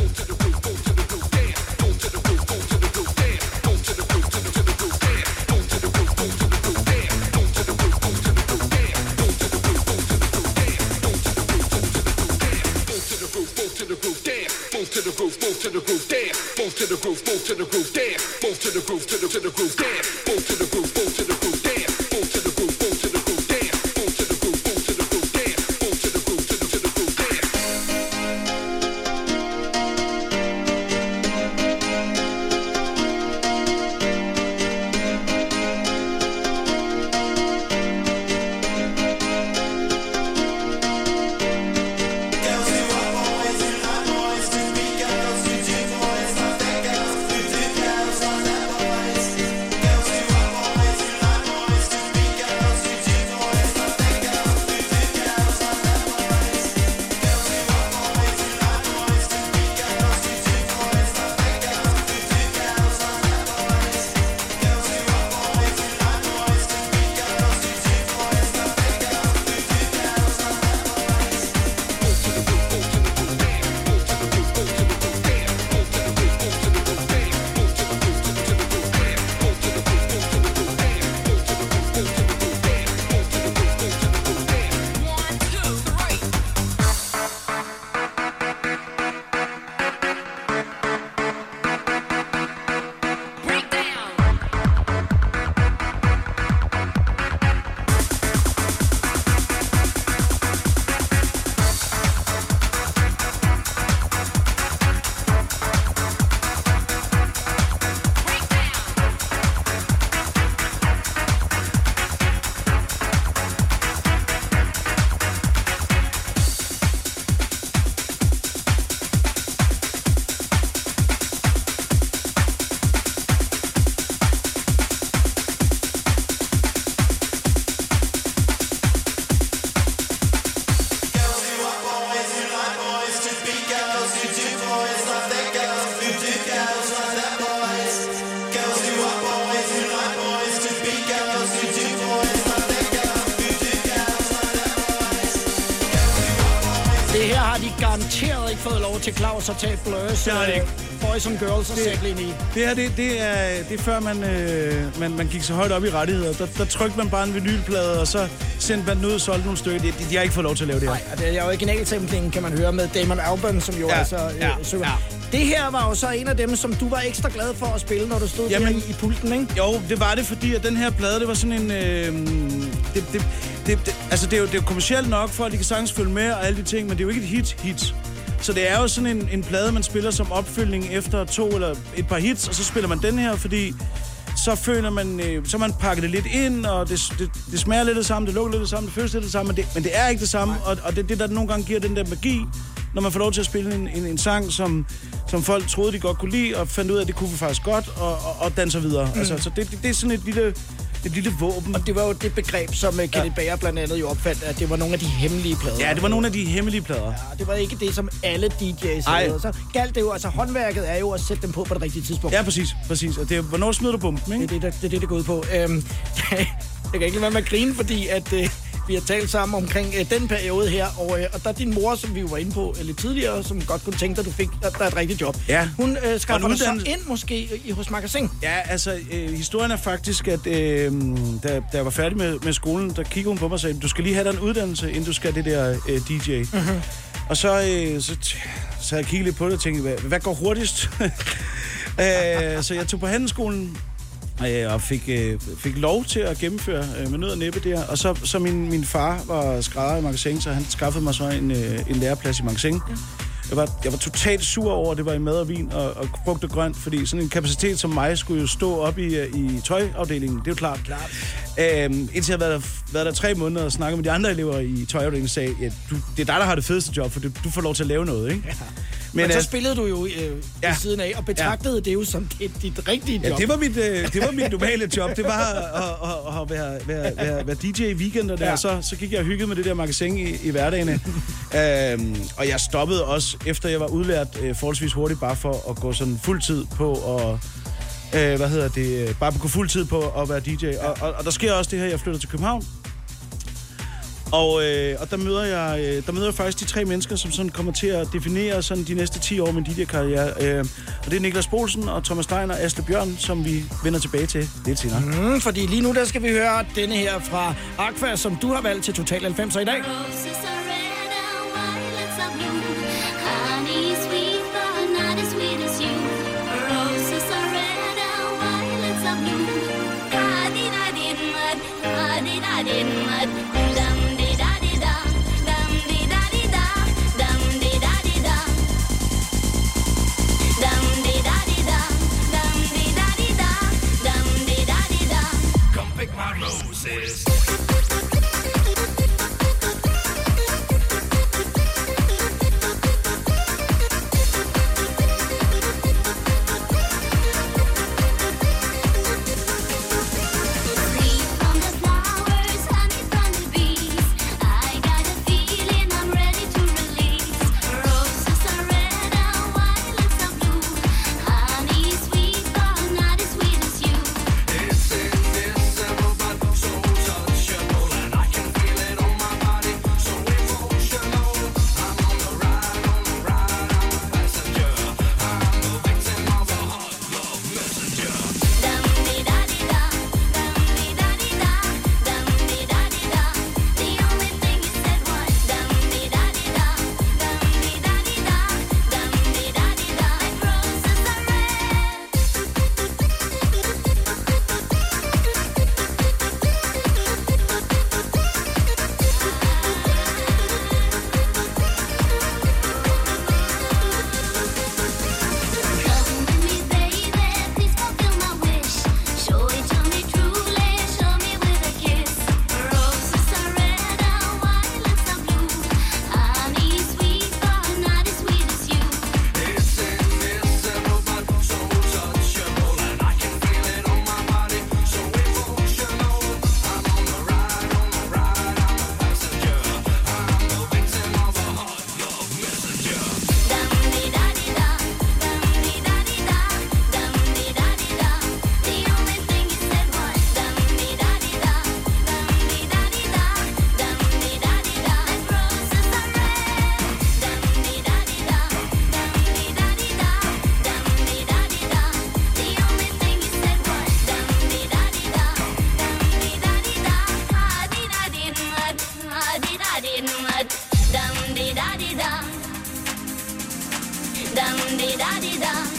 garanteret ikke fået lov til Claus at tage Blurs. Det har det ikke. Boys and Girls og sætte ind i. Det her, det, det, er, det er før man, øh, man, man gik så højt op i rettigheder. Der, der trykte man bare en vinylplade, og så sendte man den ud og solgte nogle stykker. De, de har ikke fået lov til at lave det her. Nej, og det er jo originalsamplingen, kan man høre med Damon Albarn, som jo ja, altså øh, ja, synger. ja. Det her var jo så en af dem, som du var ekstra glad for at spille, når du stod Jamen, der i, i pulten, ikke? Jo, det var det, fordi at den her plade, det var sådan en... Øh, det, det, det, det, altså, det er, jo, det er jo kommercielt nok, for at de kan sagtens følge med og alle de ting, men det er jo ikke et hit, hit. Så det er jo sådan en, en plade, man spiller som opfølgning efter to eller et par hits, og så spiller man den her, fordi så føler man, øh, så man pakker det lidt ind, og det, det, det smager lidt det samme, det lugter lidt det samme, det føles lidt det samme, men det, men det er ikke det samme, og, og det er det, der nogle gange giver den der magi, når man får lov til at spille en, en, en sang, som, som folk troede, de godt kunne lide, og fandt ud af, at det kunne vi faktisk godt, og, og, og danser videre. Mm. Altså, så det, det, det er sådan et lille... Et lille våben. Og det var jo det begreb, som uh, Kenneth ja. Bager blandt andet jo opfandt, at det var nogle af de hemmelige plader. Ja, det var nogle af de hemmelige plader. Ja, det var ikke det, som alle D J's havde. Så galt det jo, altså håndværket er jo at sætte dem på på det rigtige tidspunkt. Ja, præcis, præcis. Og det er, hvornår smider du bomben, ikke? Det er det, det, det, det, det går ud på. Øhm, jeg kan ikke lade være med at grine, fordi at... Øh, vi har talt sammen omkring øh, den periode her, og, øh, og der er din mor, som vi jo var inde på øh, lidt tidligere, som godt kunne tænke dig, at du fik at der er et rigtigt job. Ja. Hun øh, skaffer dig så ind måske i, hos Magasin. Ja, altså, øh, historien er faktisk, at øh, da, da jeg var færdig med, med skolen, der kiggede hun på mig og sagde, du skal lige have dig en uddannelse, inden du skal det der øh, D J. Mm-hmm. Og så, øh, så, så jeg kiggede lidt på det og tænkte, hvad, hvad går hurtigst? øh, så jeg tog på handelsskolen, og fik, øh, fik lov til at gennemføre øh, med nød og næppe der. Og så, så min, min far var skrædder i Magasin, så han skaffede mig så en, øh, en læreplads i Magasin. Ja. Jeg var, jeg var totalt sur over, at det var i mad og vin og, og frugt og grønt, fordi sådan en kapacitet som mig skulle jo stå op i, i tøjafdelingen. Det er jo klart. klart. Øhm, indtil jeg havde været der, været der tre måneder og snakket med de andre elever i tøjafdelingen, sagde, ja, du, det er dig, der har det fedeste job, for du, du får lov til at lave noget, ikke? Ja. Men, Men så spillede du jo øh, ja. ved siden af, og betragtede ja. det jo som dit, dit rigtige job. Ja, det var mit, øh, det var mit normale job. Det var at, at, at være, være, være, være D J i weekenderne, ja. og så, så gik jeg og hyggede med det der Magasin i, i hverdagene. øhm, og jeg stoppede også, efter jeg var udlært øh, forholdsvis hurtigt, bare for at gå sådan fuld tid på og øh, hvad hedder det, bare på at gå fuld tid på at være D J. Og, og, og der sker også det her, jeg flytter til København. Og, øh, og der møder jeg øh, der møder jeg faktisk de tre mennesker, som sådan kommer til at definere sådan de næste ti år med min D J-karriere. Øh, og det er Niklas Bolsen og Thomas Stein og Asle Bjørn, som vi vender tilbage til lidt senere. Mm, fordi lige nu der skal vi høre denne her fra Aqua, som du har valgt til Total halvfemser i dag.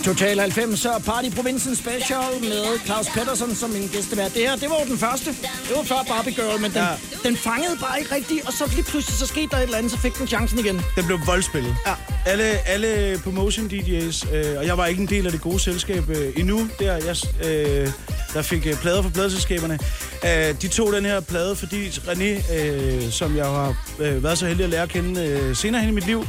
Total halvfemser Party Provinsen Special med Claus Pettersson som min gæstevært. Det her, det var jo den første. Det var før Barbie Girl, men den, ja. den fangede bare ikke rigtigt, og så lige pludselig så skete der et eller andet, så fik den chancen igen. Den blev voldspillet. Ja. Alle, alle promotion D J's, øh, og jeg var ikke en del af det gode selskab øh, endnu, der, jeg, øh, der fik øh, plader fra pladeselskaberne. Øh, de tog den her plade, fordi René, øh, som jeg har øh, været så heldig at lære at kende øh, senere hen i mit liv,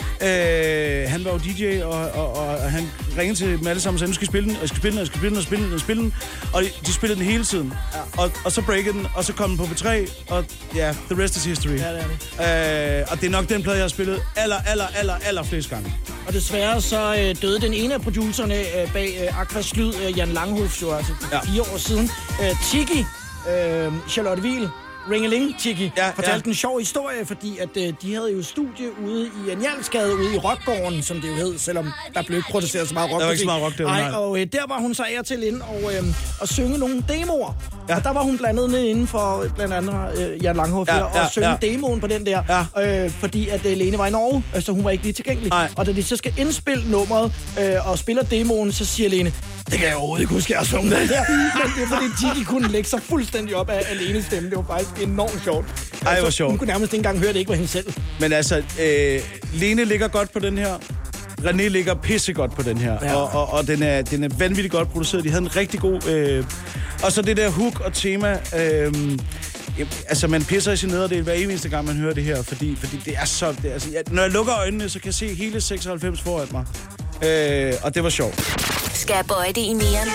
Øh, han var jo D J, og, og, og han ringede til dem alle sammen og sagde, nu skal I spille den, og jeg skal spille den, og jeg skal spille den, og spille den, og spille den. Og de, de spillede den hele tiden. Ja. Og, og så breakede den, og så kom den på P tre, og ja, yeah, the rest is history. Ja, det er det. Øh, og det er nok den plade, jeg har spillet aller, aller, aller, aller flest gange. Og desværre så øh, døde den ene af producerne øh, bag øh, Aquas Lyd, øh, Jan Langhoff, jo altså ja. fire år siden. Øh, Tiki, øh, Charlotte Wiel, Ringeling, Tiki, ja, fortalte ja. en sjov historie, fordi at øh, de havde jo studie ude i Anjalsgade, ude i Rockgården, som det jo hed, selvom der blev ikke produceret så meget rock. Der var ikke så meget rock, det var nej. Og øh, der var hun så af og til inde og, øh, og synge nogle demoer. Ja. Og der var hun blandt andet inde for øh, blandt andet øh, Jan Langhoff ja, ja, og synge ja. demoen på den der, ja. øh, fordi at øh, Lene var i Norge, øh, så hun var ikke lige tilgængelig. Nej. Og da de så skal indspille nummeret øh, og spiller demoen, så siger Lene, det kan jeg overhovedet ikke huske, jeg har sunget det der. Men det er fordi Tiki kunne lægge sig fuldstændig op af Lenes stemme. Det var faktisk enormt sjovt. Ej, hvor sjovt. Hun kunne nærmest ikke engang høre, det ikke var hende selv. Men altså, øh, Lene ligger godt på den her. René ligger pissegodt på den her. Ja. Og, og, og den, er, den er vanvittigt godt produceret. De havde en rigtig god... Øh, og så det der hook og tema... Øh, altså, man pisser i sin nederdel hver eneste gang, man hører det her. Fordi, fordi det er så... Det, altså, jeg, når jeg lukker øjnene, så kan jeg se hele seksoghalvfems foran mig. Øh, og det var sjovt. Skal bøje det i nieren.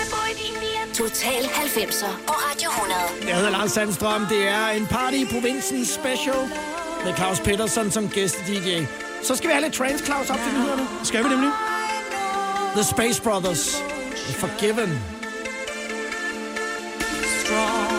Total halvfemser og Radio hundrede. Jeg hedder Lars Sandstrøm. Det er en Party i Provinsen special med Claus Pettersson som gæst-D J. Så skal vi have lidt trance, Claus, op til nyhederne. Skal vi nemlig? The Space Brothers. Forgiven. Strong.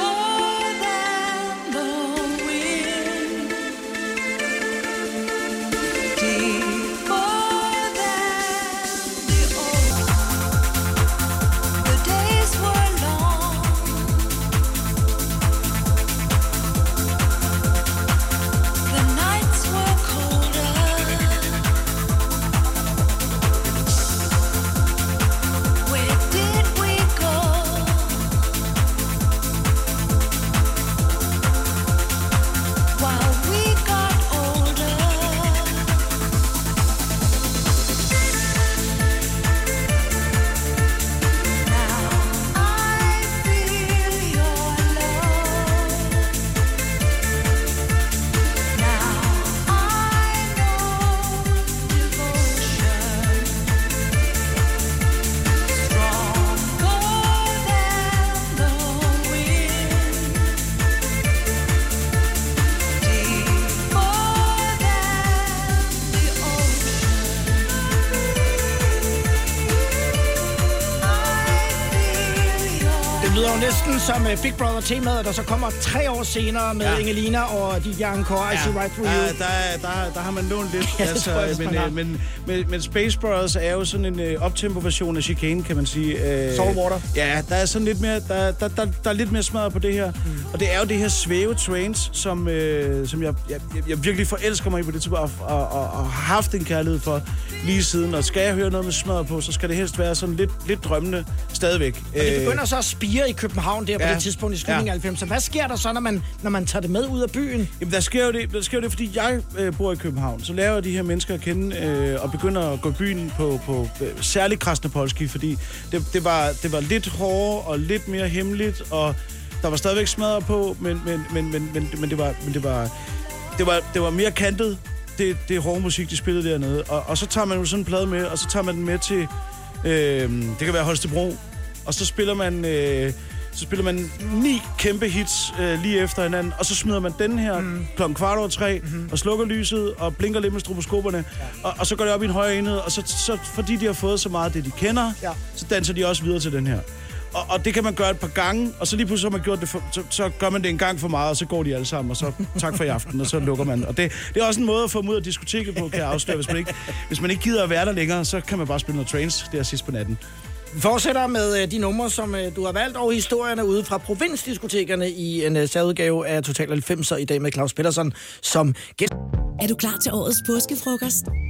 Næsten som uh, Big Brother-temaet, der så kommer tre år senere med ja. Ingelina og de Young Core, I See Right Through You. Ja, der, der, der har man lånt lidt. Ja, altså, jeg, men, uh, men, men, men Space Brothers er jo sådan en uh, optempo-version af Chicane, kan man sige. Uh, Saltwater. Ja, der er sådan lidt mere, der, der, der, der er lidt mere smadret på det her. Mm. Og det er jo det her svæve trance, som, uh, som jeg, jeg, jeg virkelig forelsker mig i på det tidspunkt, og, og, og, og har haft en kærlighed for lige siden. Og skal jeg høre noget med smadret på, så skal det helst være sådan lidt, lidt drømmende stadigvæk. Og det begynder så at spire i København der ja. på det tidspunkt i slutningen af halvfemserne. Hvad sker der så, når man, når man tager det med ud af byen? Jamen, der sker jo det, der sker jo det fordi jeg øh, bor i København. Så lærer jeg de her mennesker at kende øh, og begynder at gå i byen på, på øh, særligt Krasnopolski, fordi det, det, var, det var lidt hårdere og lidt mere hemmeligt, og der var stadigvæk smadret på, men, men, men, men, men, men, det, var, men det, var, det, var, det var mere kantet, det, det hårde musik, de spillede dernede. Og, og så tager man jo sådan en plade med, og så tager man den med til, øh, det kan være Holstebro, og så spiller man... Øh, Så spiller man ni kæmpe hits øh, lige efter hinanden, og så smider man den her mm. klokken kvart over tre, mm-hmm. og slukker lyset, og blinker lidt med stroboskoperne, ja. og, og så går det op i en højere enhed, og så, så fordi de har fået så meget af det, de kender, ja. så danser de også videre til den her. Og, og det kan man gøre et par gange, og så lige pludselig har man gjort det, for, så, så gør man det en gang for meget, og så går de alle sammen, og så tak for i aften, og så lukker man. Og det, det er også en måde at få dem ud af diskoteket på, kan jeg afsløre. Hvis man ikke, hvis man ikke gider at være der længere, så kan man bare spille noget trance der sidst på natten. Vi fortsætter med de numre, som du har valgt, og historierne ude fra provinsdiskotekerne i en særudgave af Total halvfemser i dag med Claus Pettersson som gæst. Er du klar til årets påskefrokost?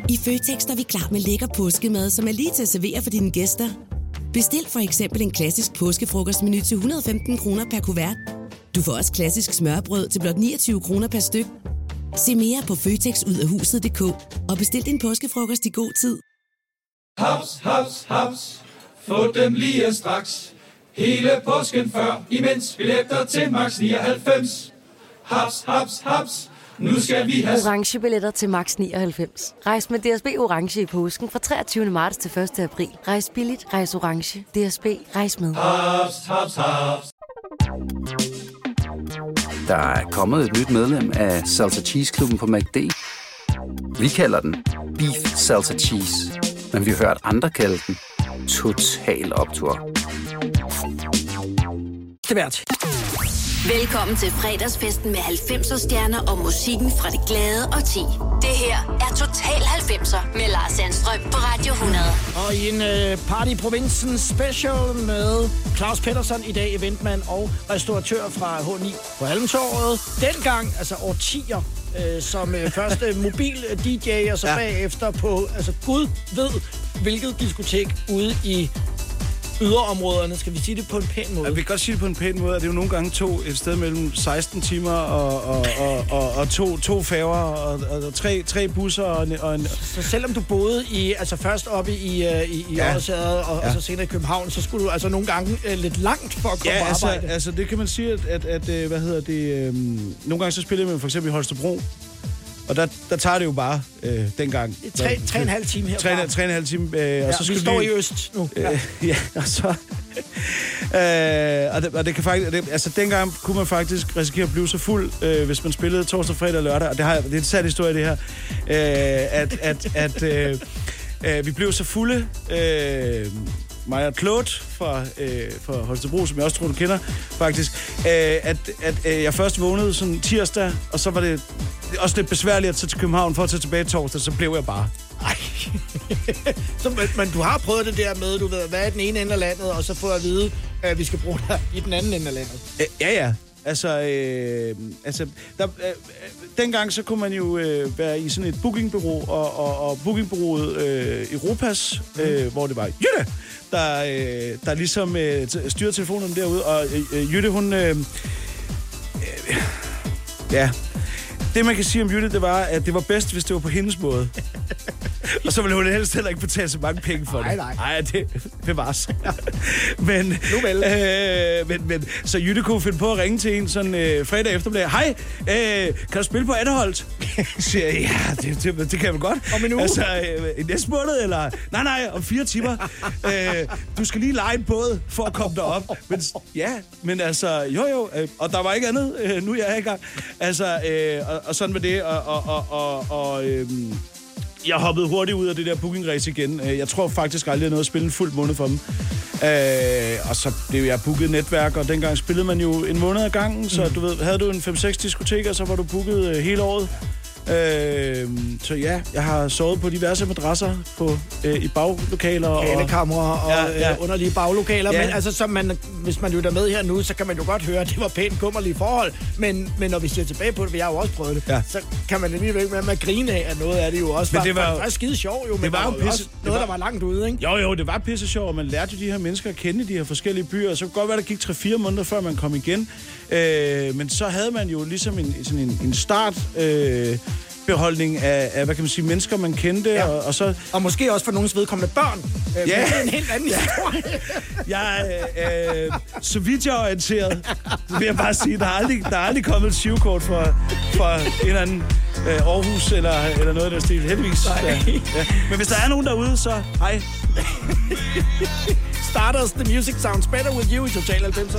I Føtex er vi klar med lækker påskemad, som er lige til at servere for dine gæster. Bestil for eksempel en klassisk påskefrokostmenu til et hundrede og femten kroner per kuvert. Du får også klassisk smørbrød til blot niogtyve kroner per styk. Se mere på føtex ud af huset punktum d k og bestil din påskefrokost i god tid. Haps, haps, haps. Få dem lige straks. Hele påsken før, imens billetter til max nioghalvfems. Haps, haps, haps. Nu skal vi have orange billetter til max nioghalvfems. Rejs med D S B Orange i påsken fra treogtyvende marts til første april. Rejs billigt, rejs orange. D S B, rejs med. haps, haps, haps. Der er kommet et nyt medlem af Salsa Cheese Klubben på McD. Vi kalder den Beef Salsa Cheese, men vi har hørt andre kalde den Total Optur. Velkommen til fredagsfesten med halvfemser stjerner og musikken fra det glade og ti. Det her er Total halvfemser med Lars Sandstrøm på Radio hundrede. Og i en uh, Party i Provinsen special med Claus Pettersson, i dag eventmand og restauratør fra H ni på Halmtorvet. Dengang, altså årtier, uh, som uh, første mobil D J, og så ja. bagefter på, altså Gud ved, hvilket diskotek ude i yderområderne. Skal vi sige det på en pæn måde? Ja, vi kan godt sige det på en pæn måde, at det er jo nogle gange to et sted mellem seksten timer og, og, og, og, og to, to færger og, og tre, tre busser og en, og en... Så selvom du boede i, altså først oppe i, i, i ja. Årsaget og, ja. og så senere i København, så skulle du altså nogle gange uh, lidt langt for at komme ja, på altså, arbejde. altså det kan man sige, at, at, at, at hvad hedder det, um, nogle gange så spillede man for eksempel i Holstebro. Og der, der tager det jo bare øh, dengang. Tre, tre og en halv time herfra. Tre, tre og en halv time. Øh, ja, og så vi står vi, i øst nu. Øh, ja. ja, og så... øh, og, det, og det kan faktisk... Det, altså, dengang kunne man faktisk risikere at blive så fuld, øh, hvis man spillede torsdag, fredag og lørdag. Og det, har, det er en sand historie, det her. Øh, at at, at øh, øh, vi blev så fulde... Øh, mig og Claude fra, øh, fra Holstebro, som jeg også tror, du kender, faktisk, øh, at, at øh, jeg først vågnede sådan tirsdag, og så var det også lidt besværligt at tage til København for at tage tilbage torsdag, så blev jeg bare. Ej. så, men, men du har prøvet det der med, du ved, hvad er den ene ende af landet, og så får jeg at vide, at vi skal bruge dig i den anden ende af landet. Øh, ja, ja. Altså, øh, altså der, øh, dengang så kunne man jo øh, være i sådan et bookingbureau, og, og, og bookingbureauet øh, Europas, øh, hvor det var Jytte, der, øh, der ligesom øh, styrer telefonerne derude, og øh, Jytte, hun... Øh, øh, ja... Det, man kan sige om Jytte, det var, at det var bedst, hvis det var på hendes måde. Og så ville hun helst heller ikke betale så mange penge for det. Nej, nej. Nej, det bevares. men, nu vel. Øh, men, men, så Jytte kunne finde på at ringe til en sådan øh, fredag eftermiddag. Hej, øh, kan du spille på Andeholt? Siger jeg, ja, det, det, det kan jeg vel godt. Om en uge? Altså, øh, næste måned, eller? Nej, nej, om fire timer. øh, du skal lige lege en båd for at komme derop. Men, ja, men altså, jo jo. Øh, og der var ikke andet. Øh, nu er jeg i gang. Altså, øh, og, og sådan med det. Og, og, og, og, og øh, jeg hoppede hurtigt ud af det der booking-race igen. Jeg tror faktisk aldrig, jeg nåede at spille en fuld måned for dem. Øh, og så blev jeg booket netværk, og dengang spillede man jo en måned ad gangen, så du ved, havde du en fem seks diskoteker, så var du booket hele året. Øh, så ja, jeg har sovet på diverse madrasser på, øh, i baglokaler. Kalekamre og, og ja, ja. Øh, underlige baglokaler. Ja. Men altså, så man, hvis man lytter med her nu, så kan man jo godt høre, at det var pænt kummerlige forhold. Men, men når vi ser tilbage på det, vi har jo også prøvet det, ja. så kan man alligevel med at grine af, at noget af det jo også men var, det var, var, var skide sjov. Jo, men det var jo pisse, også noget, var, der var langt ude, ikke? Jo, jo, det var pisse sjov, og man lærte jo de her mennesker at kende i de her forskellige byer. Så kunne godt være, der gik tre fire måneder, før man kom igen. Øh, men så havde man jo ligesom en, sådan en, en start... Øh, beholdning af, af, hvad kan man sige, mennesker, man kendte, ja. og, og så... Og måske også for nogens vedkommende børn. Øh, ja. Men det er en helt anden historie. Jeg er, øh, så vidt jeg er orienteret, så vil jeg bare sige, der er aldrig, der er aldrig kommet et sivkort for, for en eller anden øh, Aarhus, eller, eller noget af den stil. Heldigvis. Ja. Ja. Men hvis der er nogen derude, så hej. Starters, The Music Sounds Better With You i Total halvfemser.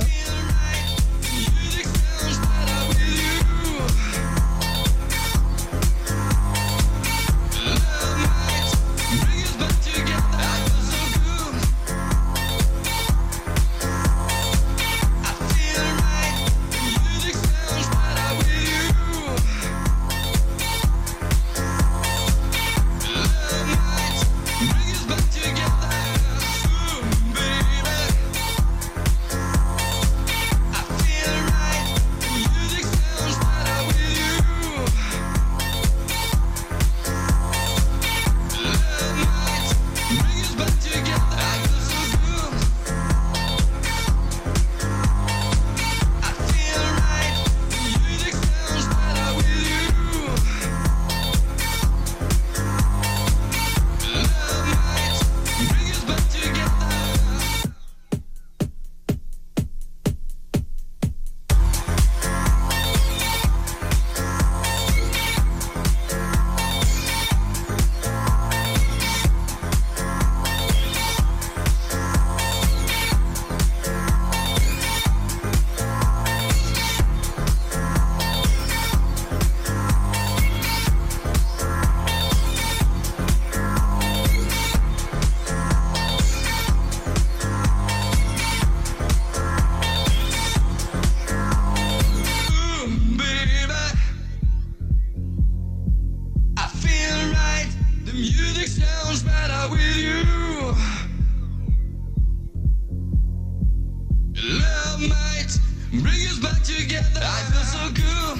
Love might bring us back together. I feel so good.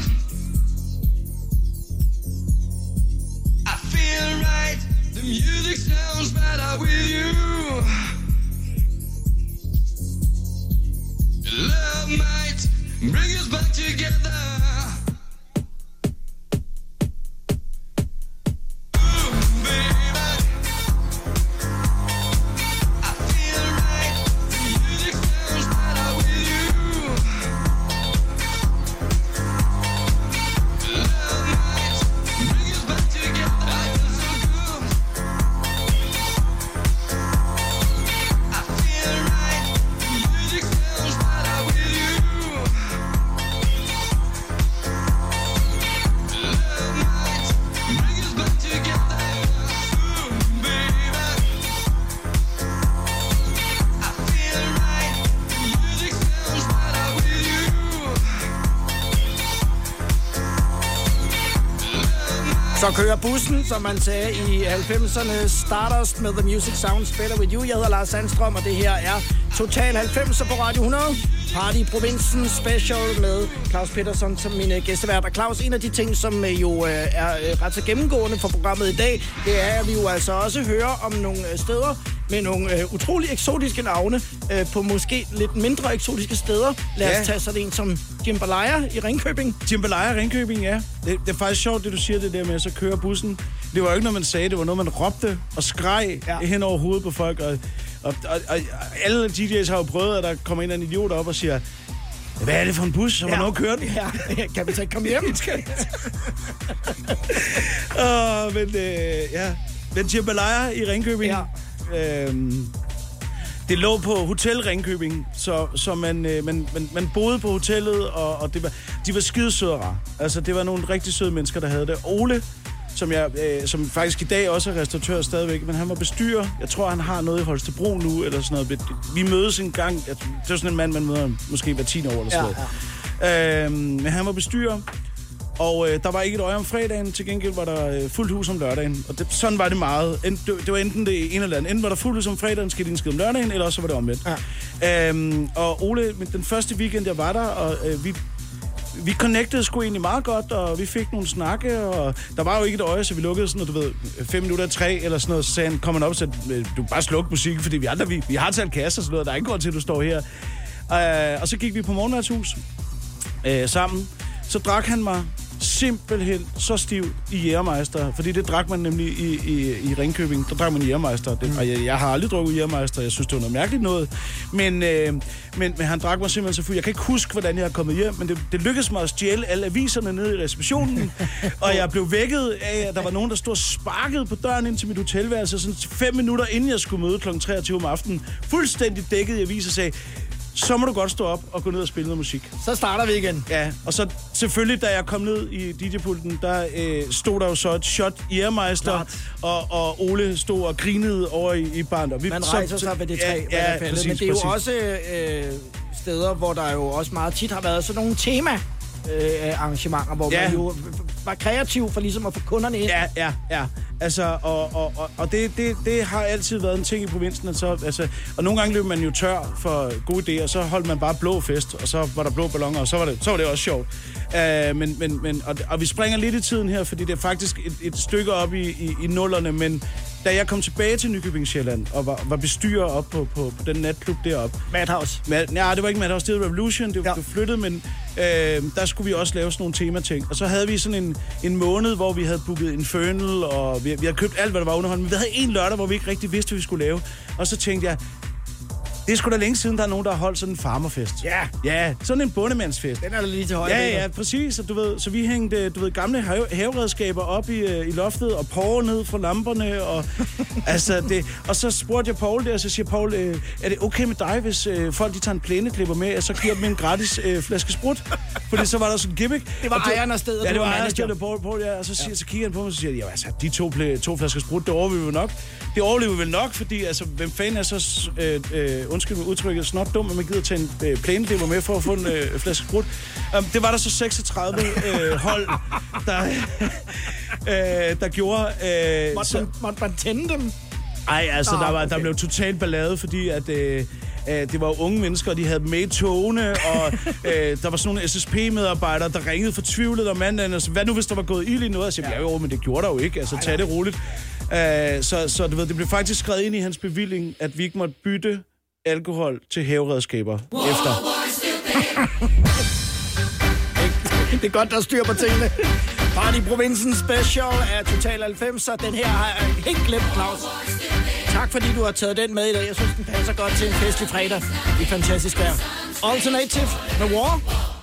I feel right. The music sounds better with you. Love might bring us back together. Så kører bussen, som man sagde i halvfemserne. Stardust med The Music Sounds Better With You. Jeg hedder Lars Sandstrøm, og det her er Total halvfemser på Radio hundrede. Party Provinsen Special med Claus Pettersson som min gæstevært. Og Claus, en af de ting, som jo er ret så gennemgående for programmet i dag, det er, at vi jo altså også hører om nogle steder med nogle øh, utrolig eksotiske navne øh, på måske lidt mindre eksotiske steder. Lad os ja. tage sådan en som Jambalaya i Ringkøbing. Jambalaya i Ringkøbing, ja. Det, det er faktisk sjovt, det du siger, det der med at så køre bussen. Det var jo ikke noget, man sagde. Det var noget, man råbte og skreg ja. hen over hovedet på folk. Og, og, og, og alle D J's har jo prøvet, at der kommer en eller anden idiot op og siger, hvad er det for en bus, som ja. har noget kørt? Ja, kan vi så ikke komme hjem? uh, men øh, ja, men Jambalaya i Ringkøbing. Ja. Øhm, det lå på Hotel Ringkøbing, så, så man, øh, man, man, man boede på hotellet, og, og det var, de var skide søde og rare. Altså, det var nogle rigtig søde mennesker, der havde det. Ole, som, jeg, øh, som faktisk i dag også er restauratør stadigvæk, men han var bestyrer. Jeg tror, han har noget i Holstebro nu, eller sådan noget. Vi mødes en gang. Det er sådan en mand, man møder måske hver tiende år, eller sådan ja, noget. Ja. Øhm, men han var bestyrer. Og øh, der var ikke et øje om fredagen, til gengæld var der øh, fuldt hus om lørdagen. Og det, sådan var det meget. End, det, det var enten det ene eller andet. Enten var der fuldt hus om fredagen, skete en skid om lørdagen, eller også var det omvendt. Ja. Øhm, og Ole, den første weekend, jeg var der, og øh, vi, vi connectede sgu egentlig meget godt, og vi fik nogle snakke, og der var jo ikke et øje, så vi lukkede sådan, du ved, fem minutter af tre, eller sådan noget, så sagde han, kom han op og sagde, du bare sluk musikken, fordi vi andre, vi, vi har talt kasse og sådan noget, der er ikke grund til, at du står her. Øh, og så gik vi på morgenmandshus øh, sammen. Så drak han mig simpelthen så stiv i Jægermeister, fordi det drak man nemlig i, i, i Ringkøbing. Der drak man Jægermeister. Det, mm. Og jeg, jeg har aldrig drukket Jægermeister. Jeg synes, det var noget mærkeligt noget. Men, øh, men, men han drak mig simpelthen så fuld. Jeg kan ikke huske, hvordan jeg er kommet hjem, men det, det lykkedes mig at stjæle alle aviserne nede i receptionen. Og jeg blev vækket af, at der var nogen, der stod og sparkede på døren ind til mit hotelværelse, sådan fem minutter inden jeg skulle møde klokken treogtyve om aftenen. Fuldstændig dækket i aviser og sagde, så må du godt stå op og gå ned og spille noget musik. Så starter vi igen. Ja, og så selvfølgelig, da jeg kom ned i D J-pulten, der øh, stod der jo så et shot Jægermeister, og, og Ole stod og grinede over i, i baren. Og vi, Man rejser så, sig ved det træ, ja, ja, præcis, men det er præcis. jo også øh, steder, hvor der jo også meget tit har været sådan nogle tema øh, arrangementer, hvor ja. man jo var kreativ for ligesom at få kunderne ind. Ja, ja, ja. Altså, og, og, og det, det, det har altid været en ting i provinsen. Altså, altså, og nogle gange løb man jo tør for gode idéer, så holdt man bare blå fest, og så var der blå balloner, og så var det, så var det også sjovt. Uh, men, men, men, og, og vi springer lidt i tiden her, fordi det er faktisk et, et stykke op i, i, i nullerne, men da jeg kom tilbage til Nykøbing Sjælland, og var, var bestyrer op på, på, på den natklub deroppe. Madhouse. Mad, nej, det var ikke Madhouse, det var Revolution, det var ja. flyttet, men øh, der skulle vi også lave sådan nogle temating. Og så havde vi sådan en, en måned, hvor vi havde booket Infernal, og vi, vi havde købt alt, hvad der var underholdende. Men vi havde en lørdag, hvor vi ikke rigtig vidste, hvad vi skulle lave. Og så tænkte jeg, det er sgu da længe siden, der er nogen, der har holdt sådan en farmerfest. Ja. Ja, sådan en bondemandsfest. Den er da lige til højre. Ja, ja, præcis. Og du ved, så vi hængte, du ved, gamle have, haveredskaber op i, i loftet, og Paul ned fra lamperne, og altså det. Og så spurgte jeg Paul der, og så siger Paul, øh, er det okay med dig, hvis øh, folk de tager en plæneklipper med, og så giver dem en gratis øh, flaske sprut? Fordi så var der sådan en gimmick. Det var ejeren af stedet. Ja, det var ejeren af stedet, Paul, Paul, ja. Og så, siger, ja. så kigger han på mig, og så siger, ja, altså, de to, to flasker sprut, det overlever vi vel nok. Det overlever vi vel nok, fordi altså, hvem fanden er så, øh, øh, undskyld mig udtrykket, snot dum, at man gider tage en øh, plæneklipper med for at få en øh, flaske sprut. Um, det var der så seksogtredive øh, hold, der, øh, der gjorde. Øh, måtte, man, måtte man tænde dem? Ej, altså, ah, der, var, okay. der blev totalt ballade, fordi at... Øh, øh, det var unge mennesker, og de havde med i togene, og øh, der var sådan nogle S S P-medarbejdere, der ringede fortvivlet om mandagen, og så, hvad nu, hvis der var gået ild i noget? Og så ja, jo, men det gjorde der jo ikke, altså tag det roligt. Øh, så, så du ved, det blev faktisk skrevet ind i hans bevilling, at vi ikke måtte bytte alkohol til haveredskaber efter. Det er godt, der er styr på tingene. Party Provinsen Special er Total halvfemser. Den her har jeg helt glemt, Claus. Tak fordi du har taget den med i dag. Jeg synes, den passer godt til en festlig fredag. Det er fantastisk vejr. Alternative med War.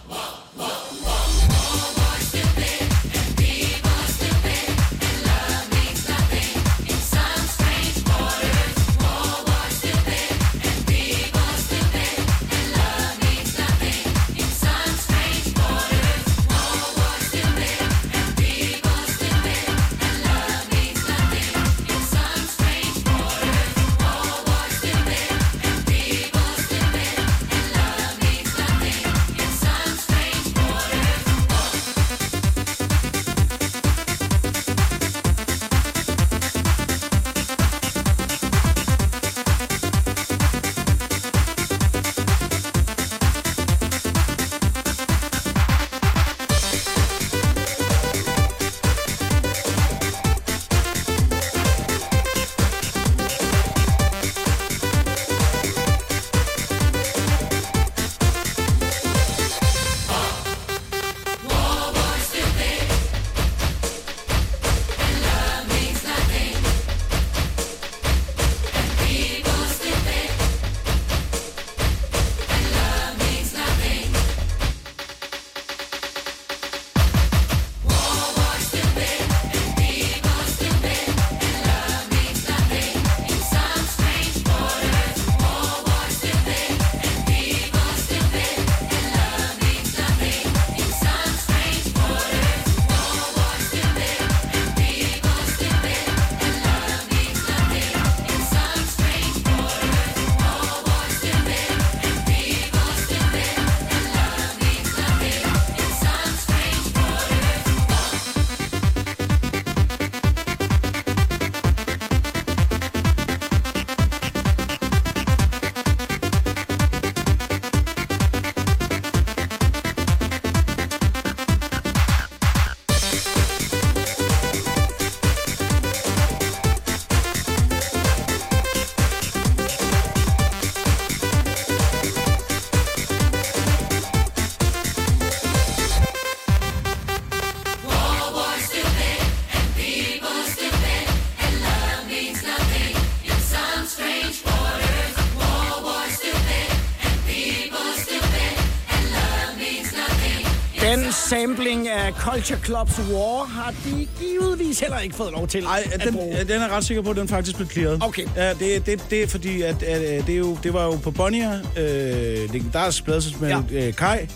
Den sampling af Culture Clubs War har de givetvis heller ikke fået lov til Ej, at den, bruge. den er ret sikker på, at den faktisk blev clearet. Okay. Ja, det, det, det er fordi, at, at det, er jo, det var jo på Bonnier, øh, legendarisk pladselskab ja. øh, Kai,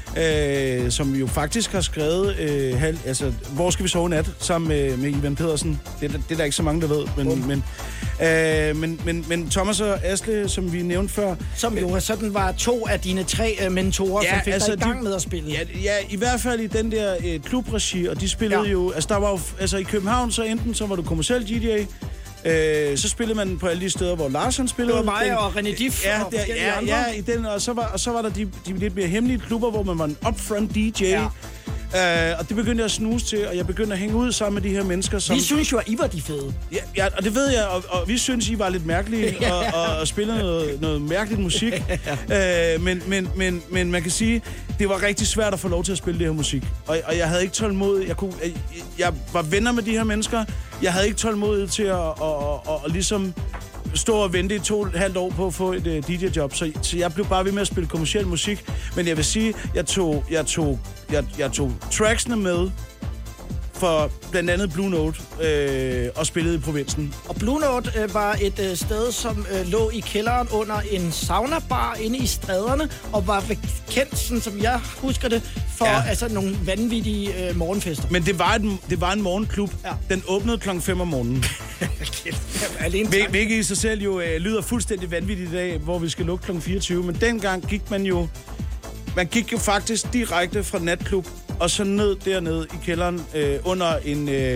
øh, som jo faktisk har skrevet, øh, halv, altså, Hvor skal vi sove nat, sammen med, med Ivan Pedersen. Det, det er der ikke så mange, der ved, men... Um. men Øh, men, men, men Thomas og Asle, som vi nævnte før... Som jo sådan var to af dine tre uh, mentorer, ja, som fik altså, dig i gang de, med at spille. Ja, ja, i hvert fald i den der øh, klubregi, og de spillede ja. jo... Altså, der var jo, altså i København, så enten så var du kommerciel D J, øh, så spillede man på alle de steder, hvor Lars han spillede. Det var mig den, og René Diff ja, og der, ja, andre. Ja, i den, og så var, og så var der de, de lidt mere hemmelige klubber, hvor man var en upfront D J. Ja. Uh, og det begyndte jeg at snuse til, og jeg begyndte at hænge ud sammen med de her mennesker, som... Vi synes jo, at I var de fede. Ja, ja og det ved jeg, og, og vi synes, I var lidt mærkelige, og, og, og spillede noget, noget mærkeligt musik. uh, men, men, men, men man kan sige, det var rigtig svært at få lov til at spille det her musik. Og, og jeg havde ikke tålmodighed. Jeg, kunne, jeg, jeg var venner med de her mennesker. Jeg havde ikke tålmodighed til at, at, at, at, at ligesom... stå og vente i to og et halvt år på at få et uh, D J-job, så, så jeg blev bare ved med at spille kommerciel musik. Men jeg vil sige, jeg tog, jeg tog, jeg, jeg tog tracksene med for blandt andet Blue Note øh, og spillede i provinsen. Og Blue Note øh, var et øh, sted, som øh, lå i kælderen under en saunabar inde i Stræderne, og var kendt, sådan som jeg husker det, for ja. altså, nogle vanvittige øh, morgenfester. Men det var, et, det var en morgenklub. Ja. Den åbnede klokken fem om morgenen. Hvil, hvilket i sig selv jo øh, lyder fuldstændig vanvittigt i dag, hvor vi skal lukke klokken fireogtyve. Men dengang gik man jo... Man gik jo faktisk direkte fra natklub og så ned dernede i kælderen øh, under en, øh,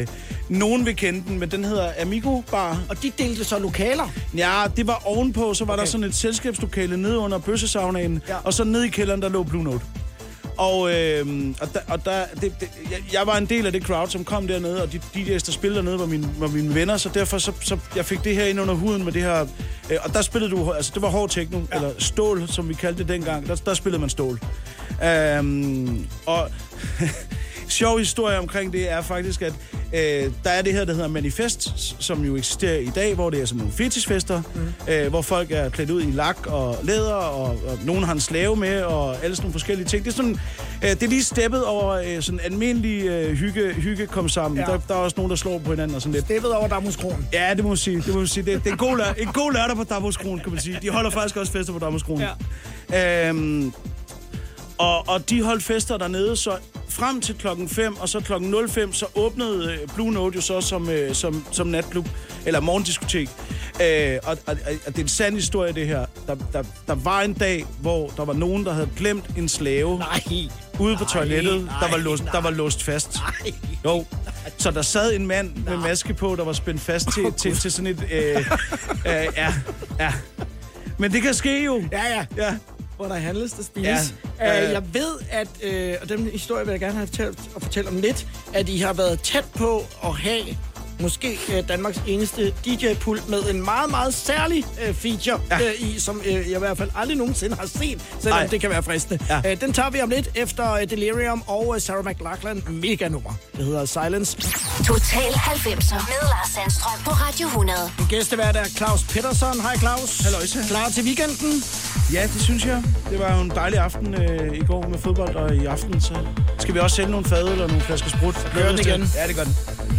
Nogen vil kende den, men den hedder Amigo Bar. Og de delte så lokaler? Ja, det var ovenpå, så var okay. der sådan et selskabslokale nede under bøssesaunaen, ja. Og så nede i kælderen, der lå Blue Note. Og, øh, og, der, og der, det, det, jeg, jeg var en del af det crowd, som kom dernede, og de D J's, der spillede dernede, var mine, var mine venner, så derfor så, så jeg fik det her ind under huden med det her. Øh, og der spillede du, altså det var hård techno, ja. Eller stål, som vi kaldte det dengang. Der, der spillede man stål. Øh, og sjov historie omkring det er faktisk, at øh, der er det her, der hedder Manifest, som jo eksisterer i dag, hvor det er sådan nogle fetishfester, mm. øh, hvor folk er klædt ud i lak og læder, og, og nogen har en slave med, og alle sådan nogle forskellige ting. Det er sådan, øh, det er lige steppet over øh, sådan almindelig øh, hygge, hygge kom sammen. Ja. Der, der er også nogen, der slår på hinanden og sådan lidt. Steppet over Damhuskronen. Ja, det må man sige. Det må man sige. Det, det er en god, lør, en god lørdag på Damhuskronen, kan man sige. De holder faktisk også fester på Damhuskronen. Ja. Øhm, og, og de holdt fester dernede, så frem til klokken fem, og så klokken nul fem, så åbnede øh, Blue Note jo så som, øh, som, som natklub, eller morgendiskotek. Øh, og, og, og det er en sand historie, det her. Der, der, der var en dag, hvor der var nogen, der havde glemt en slave nej, ude på nej, toilettet, nej, der, var låst, der var låst fast. Nej. Jo. Så der sad en mand nej. med maske på, der var spændt fast til, oh, til, til sådan et... Øh, øh, ja, ja. Men det kan ske jo. Ja, ja. Ja. Hvor der handles, der spises. Ja. Uh, jeg ved, at, uh, og den historie vil jeg gerne have fortalt, at fortælle om lidt, at I har været tæt på at have måske uh, Danmarks eneste D J-pult med en meget, meget særlig uh, feature ja. uh, i, som uh, jeg i hvert fald aldrig nogensinde har set, selvom Ej. det kan være fristende. Ja. Uh, den tager vi om lidt efter uh, Delirium og uh, Sarah McLachlan mega nummer. Det hedder Silence. Total halvfemser med Lars Sandstrøm på Radio hundrede. En gæstevært er Claus Pettersson. Hej Claus. Halløjse. Klar til weekenden? Ja, det synes jeg. Det var jo en dejlig aften øh, i går med fodbold, og i aften så skal vi også sælge nogle fade eller nogle flasker sprut. Gør den igen. Ja, det gør den.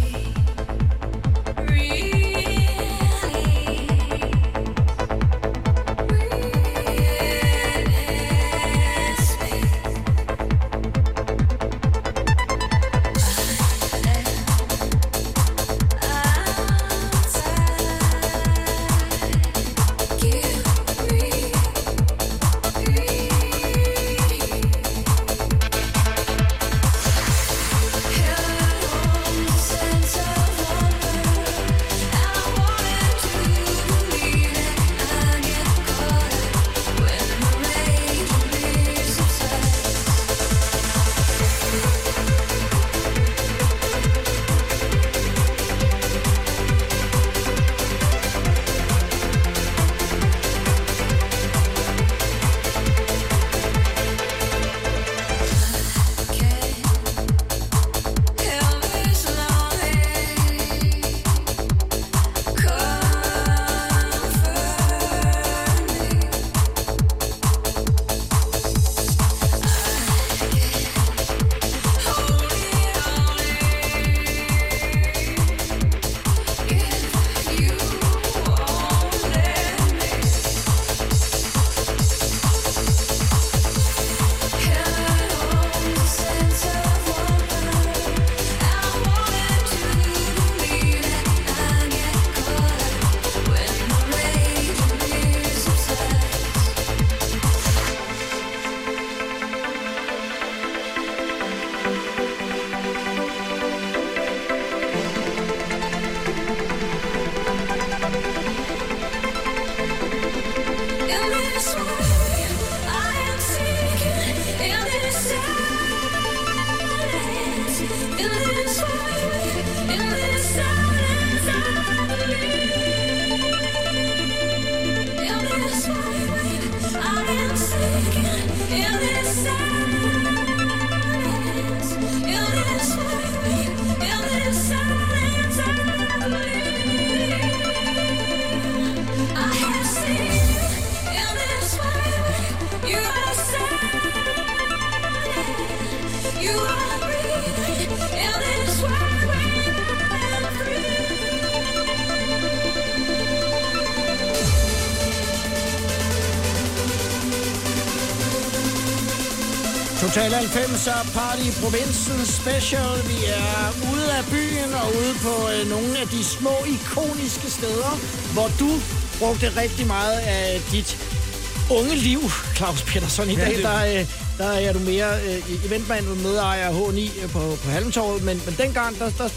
Total halvfemser Party i Provinsen Special. Vi er ude af byen og ude på øh, nogle af de små ikoniske steder, hvor du brugte rigtig meget af dit unge liv, Claus Pettersson. I dag ja, der, øh, der er du mere øh, eventmand og medejer af H ni på, på Halmtorvet, men, men dengang der, der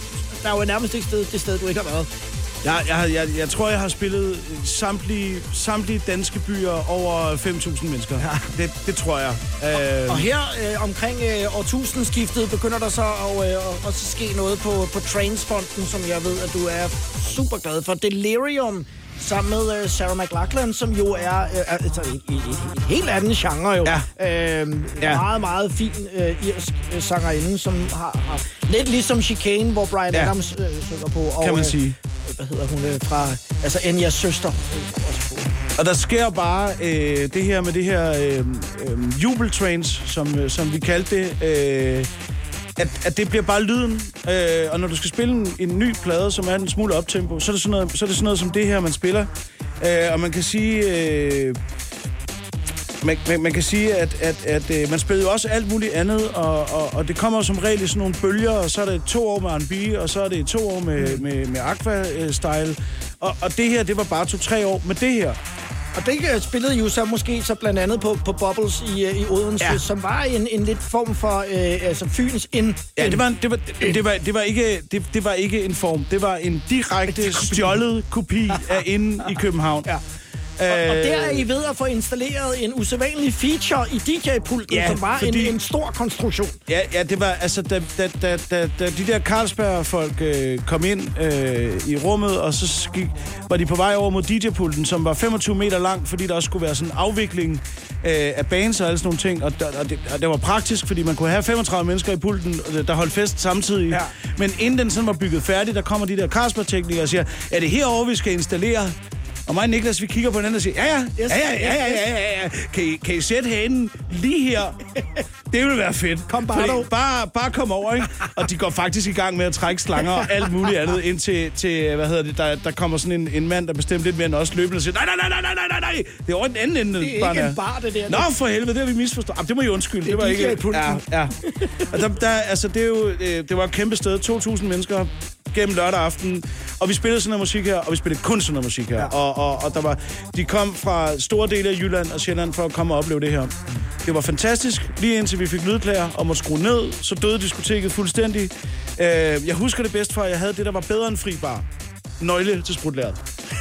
der er jo nærmest ikke sted, det sted, du ikke har været. Jeg, jeg, jeg, jeg tror, jeg har spillet samtlige, samtlige danske byer over fem tusind mennesker. Ja. Det, det tror jeg. Og, og her øh, omkring øh, årtusindskiftet begynder der så at øh, også ske noget på, på Trainsfronten, som jeg ved, at du er super glad for. Delirium sammen med uh, Sarah McLachlan, som jo er uh, altså et, et, et, et helt andet genre jo. Ja. Uh, ja. Meget, meget fin uh, irsk uh, sangerinde, som har, har lidt ligesom Chicane, hvor Bryan ja. Adams uh, synger på. Og, kan man sige. Uh, hvad hedder hun uh, fra, altså Enyas søster. Uh, også på. Og der sker bare øh, det her med det her øh, øh, jubeltrains, som, øh, som vi kaldte det, øh, at, at det bliver bare lyden. Øh, og når du skal spille en, en ny plade, som er en smule optempo, så er det sådan noget, så er det sådan noget som det her, man spiller. Øh, og man kan sige... Øh, man, man, man kan sige, at, at, at, at man spiller jo også alt muligt andet, og, og, og det kommer som regel i sådan nogle bølger, og så er det to år med R and B, og så er det to år med, med, med Aqua-style. Og, og det her, det var bare to-tre år med det her. Og det spillede jo så måske så blandt andet på, på Bubbles i, i Odense, ja. Som var en, en lidt form for øh, altså Fyns ind. Ja, det var, det var, det, det var, det var, ikke, det, det var ikke en form. Det var en direkte stjålet kopi af inde i København. Ja. Og, og der er I ved at få installeret en usædvanlig feature i D J-pulten, ja, som var fordi, en, en stor konstruktion. Ja, ja, det var altså, da, da, da, da, da de der Carlsberg-folk øh, kom ind øh, i rummet, og så gik, var de på vej over mod D J-pulten, som var femogtyve meter lang, fordi der også skulle være sådan en afvikling øh, af bands og alle sådan nogle ting. Og, der, og, det, og det var praktisk, fordi man kunne have femogtredive mennesker i pulten, der holdt fest samtidig. Ja. Men inden den sådan var bygget færdig, der kommer de der Carlsberg-teknikere og siger, er det herovre, vi skal installere? Og mig og Niklas, vi kigger på hinanden og siger, ja, ja, ja, ja, ja, ja, ja, ja, ja. Kan I, kan I sætte hanen lige her? Det vil være fedt. Kom bare, Fordi, bare, bare kom over, ikke? Og de går faktisk i gang med at trække slanger og alt muligt andet ind til, til hvad hedder det, der, der kommer sådan en, en mand, der bestemt lidt mere end os løbende og siger, nej, nej, nej, nej, nej, nej, nej, det er over den anden ende. Det er bare ikke en bar, det der. Nå, for helvede, det har vi misforstået. Jamen, det må I undskylde. Det, det var ikke... Ja, ja. Og der, der, altså, det, er jo, det var et kæmpe sted. to tusind mennesker gennem lørdag aften, og vi spillede sådan noget musik her, og vi spillede kun sådan noget musik her. Ja. Og, og, og der var, de kom fra store dele af Jylland og Sjælland for at komme og opleve det her. Det var fantastisk, lige indtil vi fik lydklager og måtte skrue ned, så døde diskoteket fuldstændig. Øh, jeg husker det bedst, for jeg havde det, der var bedre end fri bar. Nøgle til sprutlæret.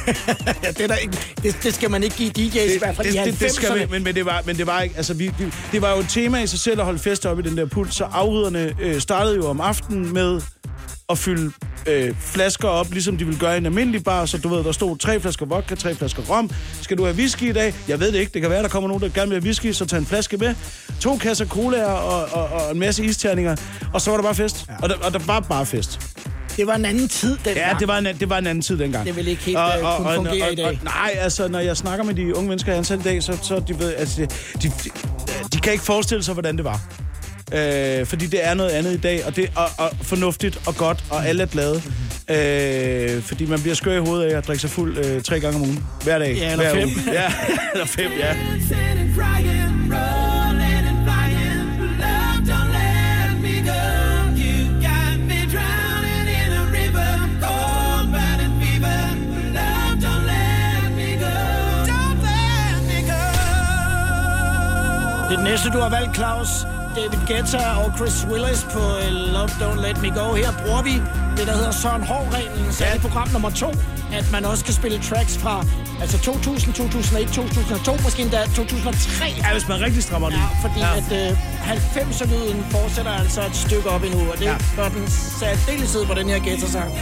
Ja, det, der ikke, det, det skal man ikke give D J's i hvert fald i halvfemserne. Men, men, det var, men det var ikke, altså vi, vi, det var jo et tema i sig selv at holde fest op i den der pult, så afryderne øh, startede jo om aftenen med at fylde øh, flasker op, ligesom de ville gøre i en almindelig bar, så du ved, der stod tre flasker vodka, tre flasker rom. Skal du have whisky i dag? Jeg ved det ikke. Det kan være, der kommer nogen, der gerne vil have whisky, så tag en flaske med. To kasser cola og, og, og en masse isterninger, og så var der bare fest. Ja. Og, der, og der var bare fest. Det var en anden tid dengang. Ja, det var en, det var en anden tid dengang. Det vil ikke helt og, og, kunne og, fungere og, og, i dag. Og, nej, altså, når jeg snakker med de unge mennesker, jeg ansat i dag, så, så de, ved, altså, de, de, de kan ikke forestille sig, hvordan det var. Øh, fordi det er noget andet i dag, og det er og, og fornuftigt og godt, og alle er glade. Mm-hmm. Øh, fordi man bliver skør i hovedet af at drikke sig fuld øh, tre gange om ugen. Hver dag. Ja, eller hver fem. Uge. Ja, eller fem, ja. Det næste, du har valgt, Claus, David Guetta og Chris Willis på Love Don't Let Me Go. Her bruger vi det, der hedder Søren Hård-reglen, så er det program nummer to, at man også kan spille tracks fra altså to tusind, to tusind og et, to tusind og to, måske endda to tusind og tre. Ja, hvis man rigtig strammer den. Ja, fordi ja. at øh, halvfemser-lyden fortsætter altså et stykke op endnu, og det ja. gør den særdeleshed på den her Guetta-sang.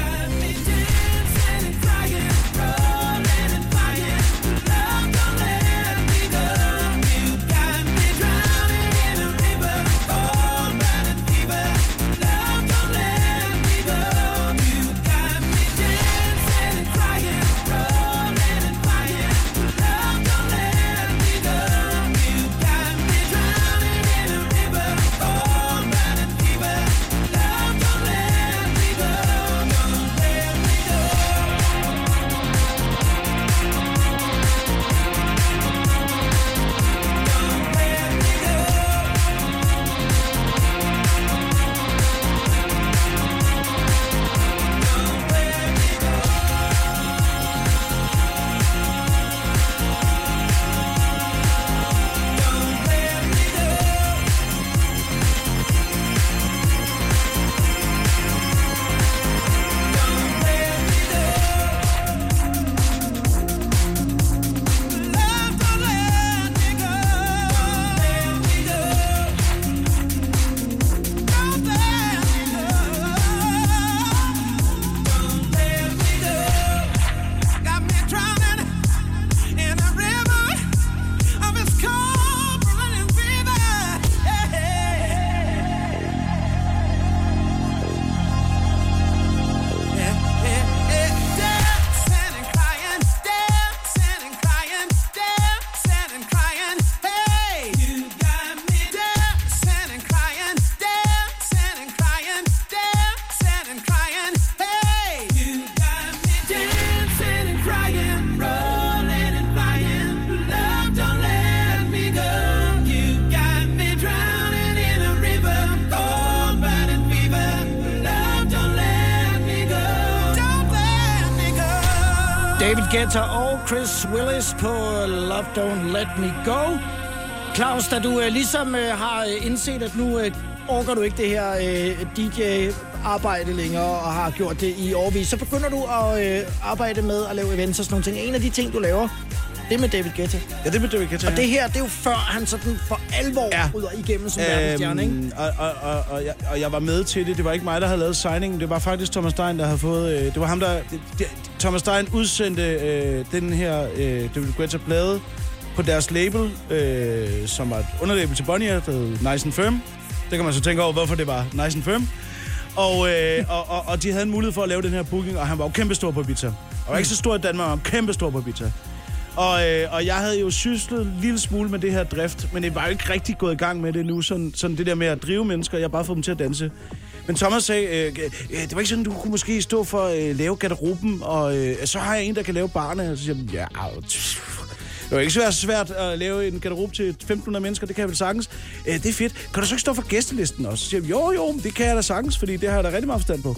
David Guetta og Chris Willis på Love Don't Let Me Go. Claus, da du øh, ligesom øh, har indset, at nu øh, orker du ikke det her øh, D J-arbejde længere og har gjort det i årevis, så begynder du at øh, arbejde med at lave events og sådan nogle ting. En af de ting, du laver, det er med David Guetta. Ja, det er med David Guetta, Og det her, det er jo før han sådan for alvor ja. bryder igennem som øhm, verdensstjerne, ikke? Og, og, og, og, jeg, og jeg var med til det. Det var ikke mig, der havde lavet signingen. Det var faktisk Thomas Stein, der havde fået... Øh, det var ham, der... Det, det, Thomas Stein udsendte øh, den her øh, David Guetta-plade på deres label, øh, som var et underlabel til Bonnier, der hed Nice and Firm. Det kan man så tænke over, hvorfor det var Nice and Firm. Og, øh, og, og, og de havde en mulighed for at lave den her booking, og han var jo kæmpestor på Ibiza. Og ikke så stor i Danmark, men kæmpestor på Ibiza. Og, øh, og jeg havde jo syslet en lille smule med det her drift, men det var jo ikke rigtig gået i gang med det nu. Sådan, sådan det der med at drive mennesker, jeg har bare fået dem til at danse. Men Thomas sagde, øh, øh, det var ikke sådan, du kunne måske stå for at øh, lave garderoben, og øh, så har jeg en, der kan lave barne. Og så siger jeg, ja, det var ikke svært, svært at lave en garderobe til femten hundrede mennesker, det kan jeg vel sagtens. Øh, det er fedt. Kan du så ikke stå for gæstelisten også? Så siger jeg, jo, jo, det kan jeg da sagtens, fordi det har jeg da rigtig meget forstand på.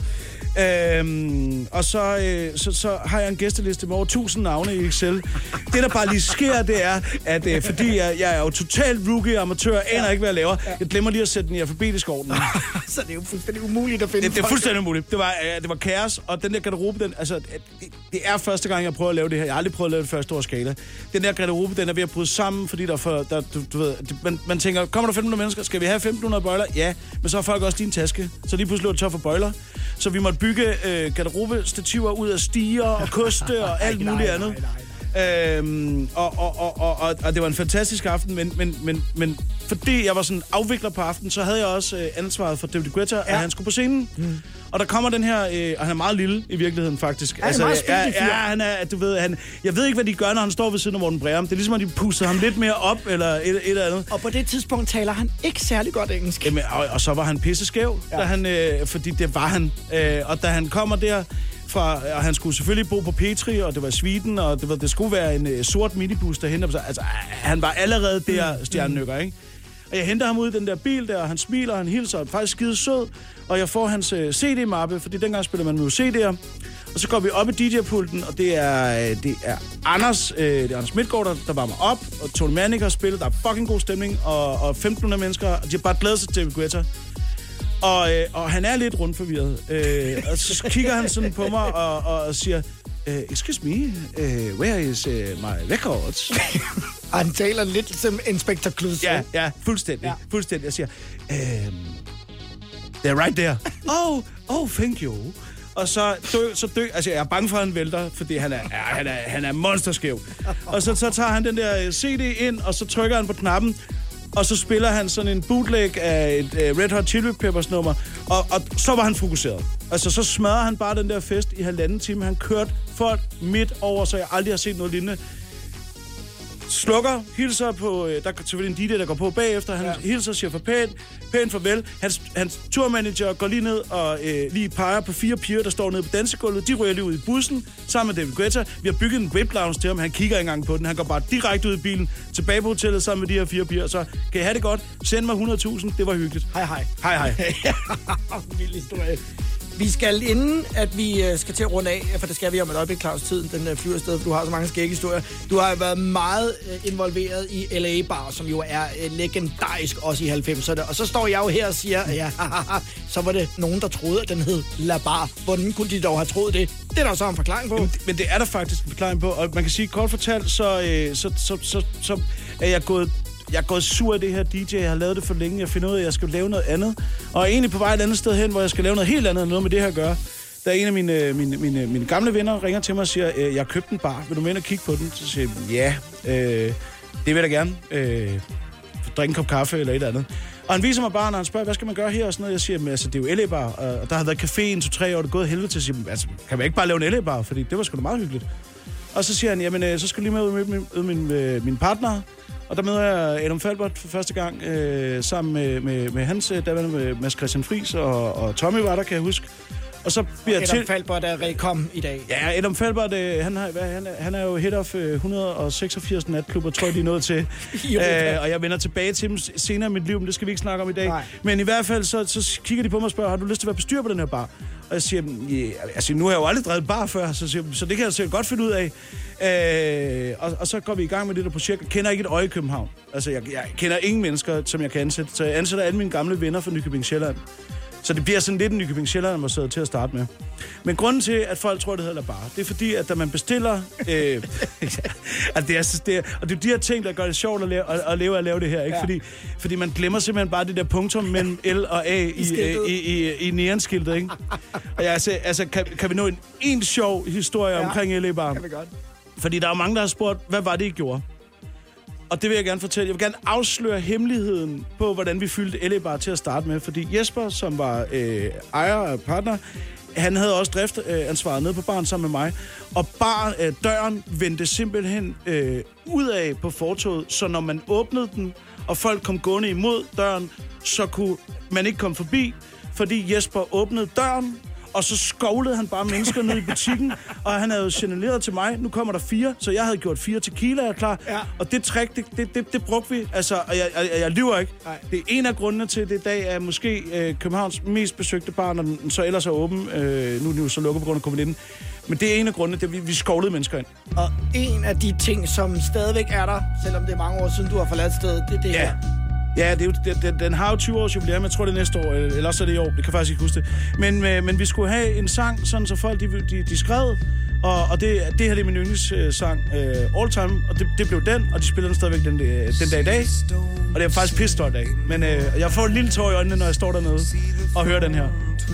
Øhm, og så, øh, så, så har jeg en gæsteliste med over tusind navne i Excel. Det, der bare lige sker, det er, at øh, fordi jeg, jeg er jo totalt rookie amatør, aner ikke, hvad jeg laver. Jeg glemmer lige at sætte den i alfabetisk orden. Så det er jo fuldstændig umuligt at finde det, det er fuldstændig umuligt. Det var, øh, det var kaos, og den der garderobe, den, altså, det, det er første gang, jeg prøver at lave det her. Jeg har aldrig prøvet at lave det første store skala. Den der garderobe, den er ved at bryde sammen, fordi der, for, der du, du ved, man, man tænker, kommer der femten hundrede mennesker? Skal vi have femten hundrede bøjler? Ja, men så har folk også din taske. Så lige pludselig er det tør for bøjler. Så vi måtte bygge øh, garderobestativer ud af stiger og koste og alt muligt andet. Øhm, og, og, og, og, og det var en fantastisk aften, men, men, men, men fordi jeg var sådan afvikler på aftenen, så havde jeg også øh, ansvaret for David Guetta, ja. At han skulle på scenen. Mm. Og der kommer den her, øh, og han er meget lille i virkeligheden faktisk. Ja, altså, ja, ja, han er, du ved, han, jeg ved ikke, hvad de gør, når han står ved siden af Morten Breum. Det er ligesom, at de puster ham lidt mere op, eller et, et eller andet. Og på det tidspunkt taler han ikke særlig godt engelsk. Jamen, og, og så var han pisseskæv, ja. Da han, øh, fordi det var han. Øh, og da han kommer der... Fra, og han skulle selvfølgelig bo på Petri, og det var Sweden, og det, var, det skulle være en uh, sort minibus, der henter. Altså, han var allerede der stjernenykker, ikke? Og jeg henter ham ud i den der bil der, og han smiler, og han hilser, og er faktisk skide sød. Og jeg får hans uh, C D-mappe, fordi dengang spiller man med C D'er. Og så går vi op i D J-pulten, og det er, det er Anders, øh, det er Anders Midtgaard, der, der varmer op, og Tony Manning har spillet, der er fucking god stemning, og, og femten hundrede mennesker, og de har bare glædet sig til David Guetta. Og, øh, og han er lidt rundforvirret. Øh, og så kigger han sådan på mig og, og siger, excuse me, uh, where is uh, my records? Han taler lidt som Inspector Clouseau. Ja, ja, fuldstændig. Ja. Fuldstændig. Jeg siger, um, they're right there. oh, oh, thank you. Og så dø, så dø, altså jeg er bange for, at han vælter, fordi han er, ja, han er, han er monsterskæv. Og så, så tager han den der C D ind, og så trykker han på knappen, og så spiller han sådan en bootleg af et uh, Red Hot Chili Peppers nummer, og, og så var han fokuseret. Altså, så smadrede han bare den der fest i halvanden time. Han kørte folk midt over, så jeg aldrig har set noget lignende. Slukker, hilser på, der er selvfølgelig en D J, der går på bagefter. Han ja. hilser, siger for pænt, pænt farvel. Hans, hans turmanager går lige ned og øh, lige peger på fire piger, der står nede på dansegulvet. De ryger lige ud i bussen sammen med David Guetta. Vi har bygget en whip-lounge til ham. Han kigger ikke engang på den. Han går bare direkte ud i bilen, tilbage på hotellet sammen med de her fire piger. Så kan I have det godt? Send mig hundrede tusind. Det var hyggeligt. Hej, hej. Hej, hej. Vild historie. Vi skal, inden at vi skal til at runde af, for det skal vi om et øjeblik, Claus, tiden, den flyver afsted, for du har så mange skægge historier. Du har været meget involveret i L A Bar, som jo er legendarisk også i halvfemserne. Og så står jeg jo her og siger, ja, så var det nogen, der troede, at den hed La Bar. Hvordan kunne de dog have troet det? Det er der så en forklaring på. Jamen, men det er der faktisk en forklaring på, og man kan sige, kort fortalt, så, så, så, så, så er jeg gået... Jeg er gået sur af det her D J. Jeg har lavet det for længe. Jeg finder ud af, at jeg skal lave noget andet. Og er egentlig på vej et andet sted hen, hvor jeg skal lave noget helt andet, noget med det her at gøre. Der er en af mine, mine, mine, mine gamle venner, ringer til mig og siger, jeg har købt en bar. Vil du med ind og kigge på den? Så siger jeg, ja, øh, det vil jeg da gerne. Øh, drikke en kop kaffe eller et eller andet. Og han viser mig baren, og han spørger, hvad skal man gøre her? Og sådan noget. Jeg siger, altså, det er jo L A-bar. Og der har været café i to-tre år, det er gået helvede til at sige, altså, kan man ikke bare lave en L A-bar? Fordi det var sgu da meget hyggeligt. Og så siger han, jamen, så skal du lige med ud med min, min, min, min partner. Og der møder jeg Adam Falbert for første gang, øh, sammen med, med, med hans daværende med Mads Christian Friis, og, og Tommy var der, kan jeg huske. Og så bliver Adam til... Falbert er rekom i dag. Ja, Adam Falbert, øh, han, har, hvad, han, er, han er jo head of øh, et hundrede og seksogfirs natklubber, tror jeg, de er nået til. Æ, og jeg vender tilbage til dem senere i mit liv, men det skal vi ikke snakke om i dag. Nej. Men i hvert fald, så, så kigger de på mig og spørger, har du lyst til at være bestyrer på den her bar? Og jeg siger, ja, altså, nu har jeg jo aldrig drevet bar før, så, siger, så det kan jeg selv godt finde ud af. Æ, og, og så går vi i gang med det der projekt. Jeg kender ikke et øje i København. Altså, jeg, jeg kender ingen mennesker, som jeg kan ansætte. Så jeg ansætter alle mine gamle venner fra Nykøbing Sjælland. Så det bliver sådan lidt en Nykøbing Sjælland, der til at starte med. Men grunden til, at folk tror, det hedder La Bar, det er fordi, at da man bestiller... Øh, at det er, det er, og det er de her ting, der gør det sjovt at leve, at, at leve, at lave det her. Ikke? Ja. Fordi, fordi man glemmer simpelthen bare det der punktum mellem L og A i, I, i, i, i neonskiltet. Ikke? Og jeg, altså, altså kan, kan vi nå en, en sjov historie ja. omkring L A Bar? Kan vi godt. Fordi der er mange, der har spurgt, hvad var det, I gjorde? Og det vil jeg gerne fortælle. Jeg vil gerne afsløre hemmeligheden på, hvordan vi fyldte L A Bar til at starte med. Fordi Jesper, som var øh, ejer og partner, han havde også driftansvaret øh, nede på baren sammen med mig. Og bar, øh, døren vendte simpelthen øh, ud af på fortovet, så når man åbnede den, og folk kom gående imod døren, så kunne man ikke komme forbi, fordi Jesper åbnede døren, og så skovlede han bare mennesker ned i butikken, og han havde jo signaleret til mig, nu kommer der fire, så jeg havde gjort fire tequilaer klar, ja. Og det trick, det, det, det, det brugte vi, altså, og jeg, jeg, jeg lyver ikke. Nej. Det er en af grundene til, at det i dag er måske øh, Københavns mest besøgte bar, når den så ellers er åben, øh, nu er den jo så lukket på grund af covid nitten, men det er en af grundene, det vi, vi skovlede mennesker ind. Og en af de ting, som stadigvæk er der, selvom det er mange år siden, du har forladt stedet, det er det ja. her. Ja, det er jo, det, den, den har jo tyve års jubilæum, jeg tror det er næste år, eller også er det i år, det kan jeg faktisk ikke huske det. Men, øh, men vi skulle have en sang, sådan så folk de, de, de skrev, og, og det, det her det er min yndlingssang uh, all time, og det, det blev den, og de spiller den stadigvæk den, den dag i dag, og det er faktisk pisse stolt af. Men øh, jeg får en lille tår i øjnene, når jeg står dernede og hører den her.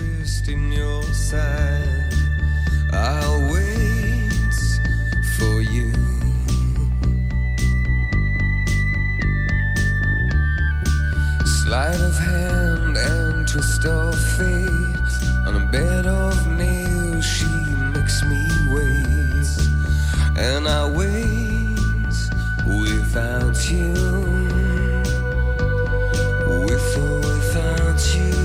I'll wait for you. Sleight of hand and twist of fate. On a bed of nails she makes me wait. And I wait without you. With or without you.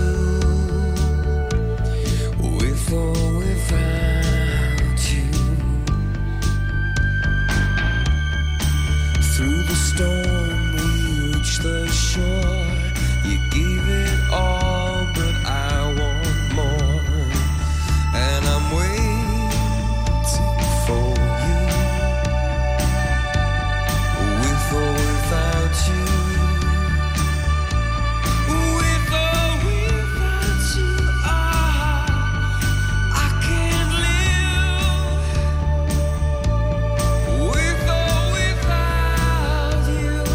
With or without you. Through the storm we reach the shore. You gave it all, but I want more. And I'm waiting for you. With or without you. With or without you. Ah, I can't live. With or without you.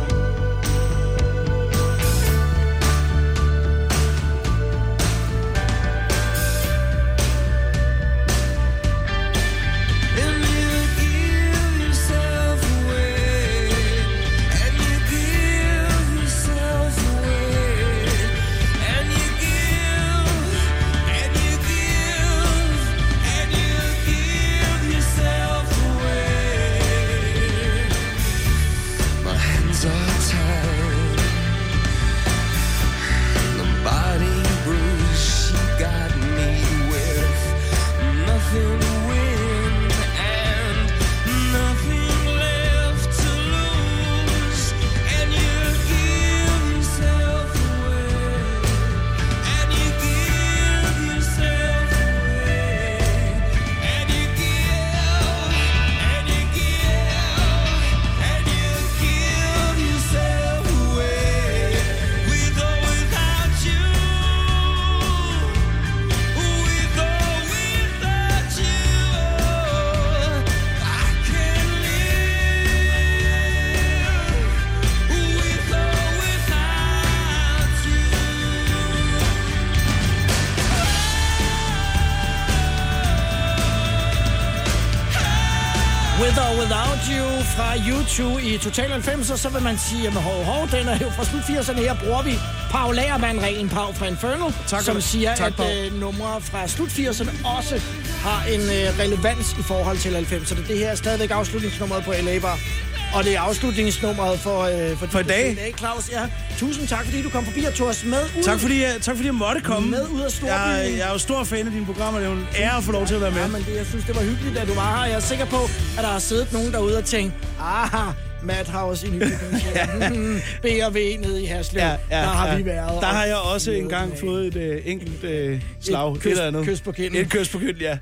Fra YouTube i Total halvfemser, så vil man sige, at hov, hov, den er jo fra slut firserne. Her bruger vi Pau Lagerman-reglen, Pau fra Inferno, tak, som siger, tak, at øh, numre fra slut firserne også har en øh, relevans i forhold til halvfemserne. Det her er stadigvæk afslutningsnummeret på L A Bar. Og det er afslutningsnummeret for, øh, for, for i dag. dag, Claus. Ja. Tusind tak, fordi du kom forbi og tog os med ud. Tak fordi, jeg, tak fordi jeg måtte komme. Med ud af storbyen. Jeg, jeg er jo stor fan af dine programmer. Det er jo en ære at få lov til at være med. Ja, men det, jeg synes, det var hyggeligt, at du var her. Jeg er sikker på, at der har siddet nogen derude og tænkt, aha, Madhouse i Nykøbing. B og V nede i Haslev. Ja, ja, der har ja. vi været. Der har jeg også engang fået et uh, enkelt uh, slag. Et kys, kys på kinden. Et kys på kinden, ja.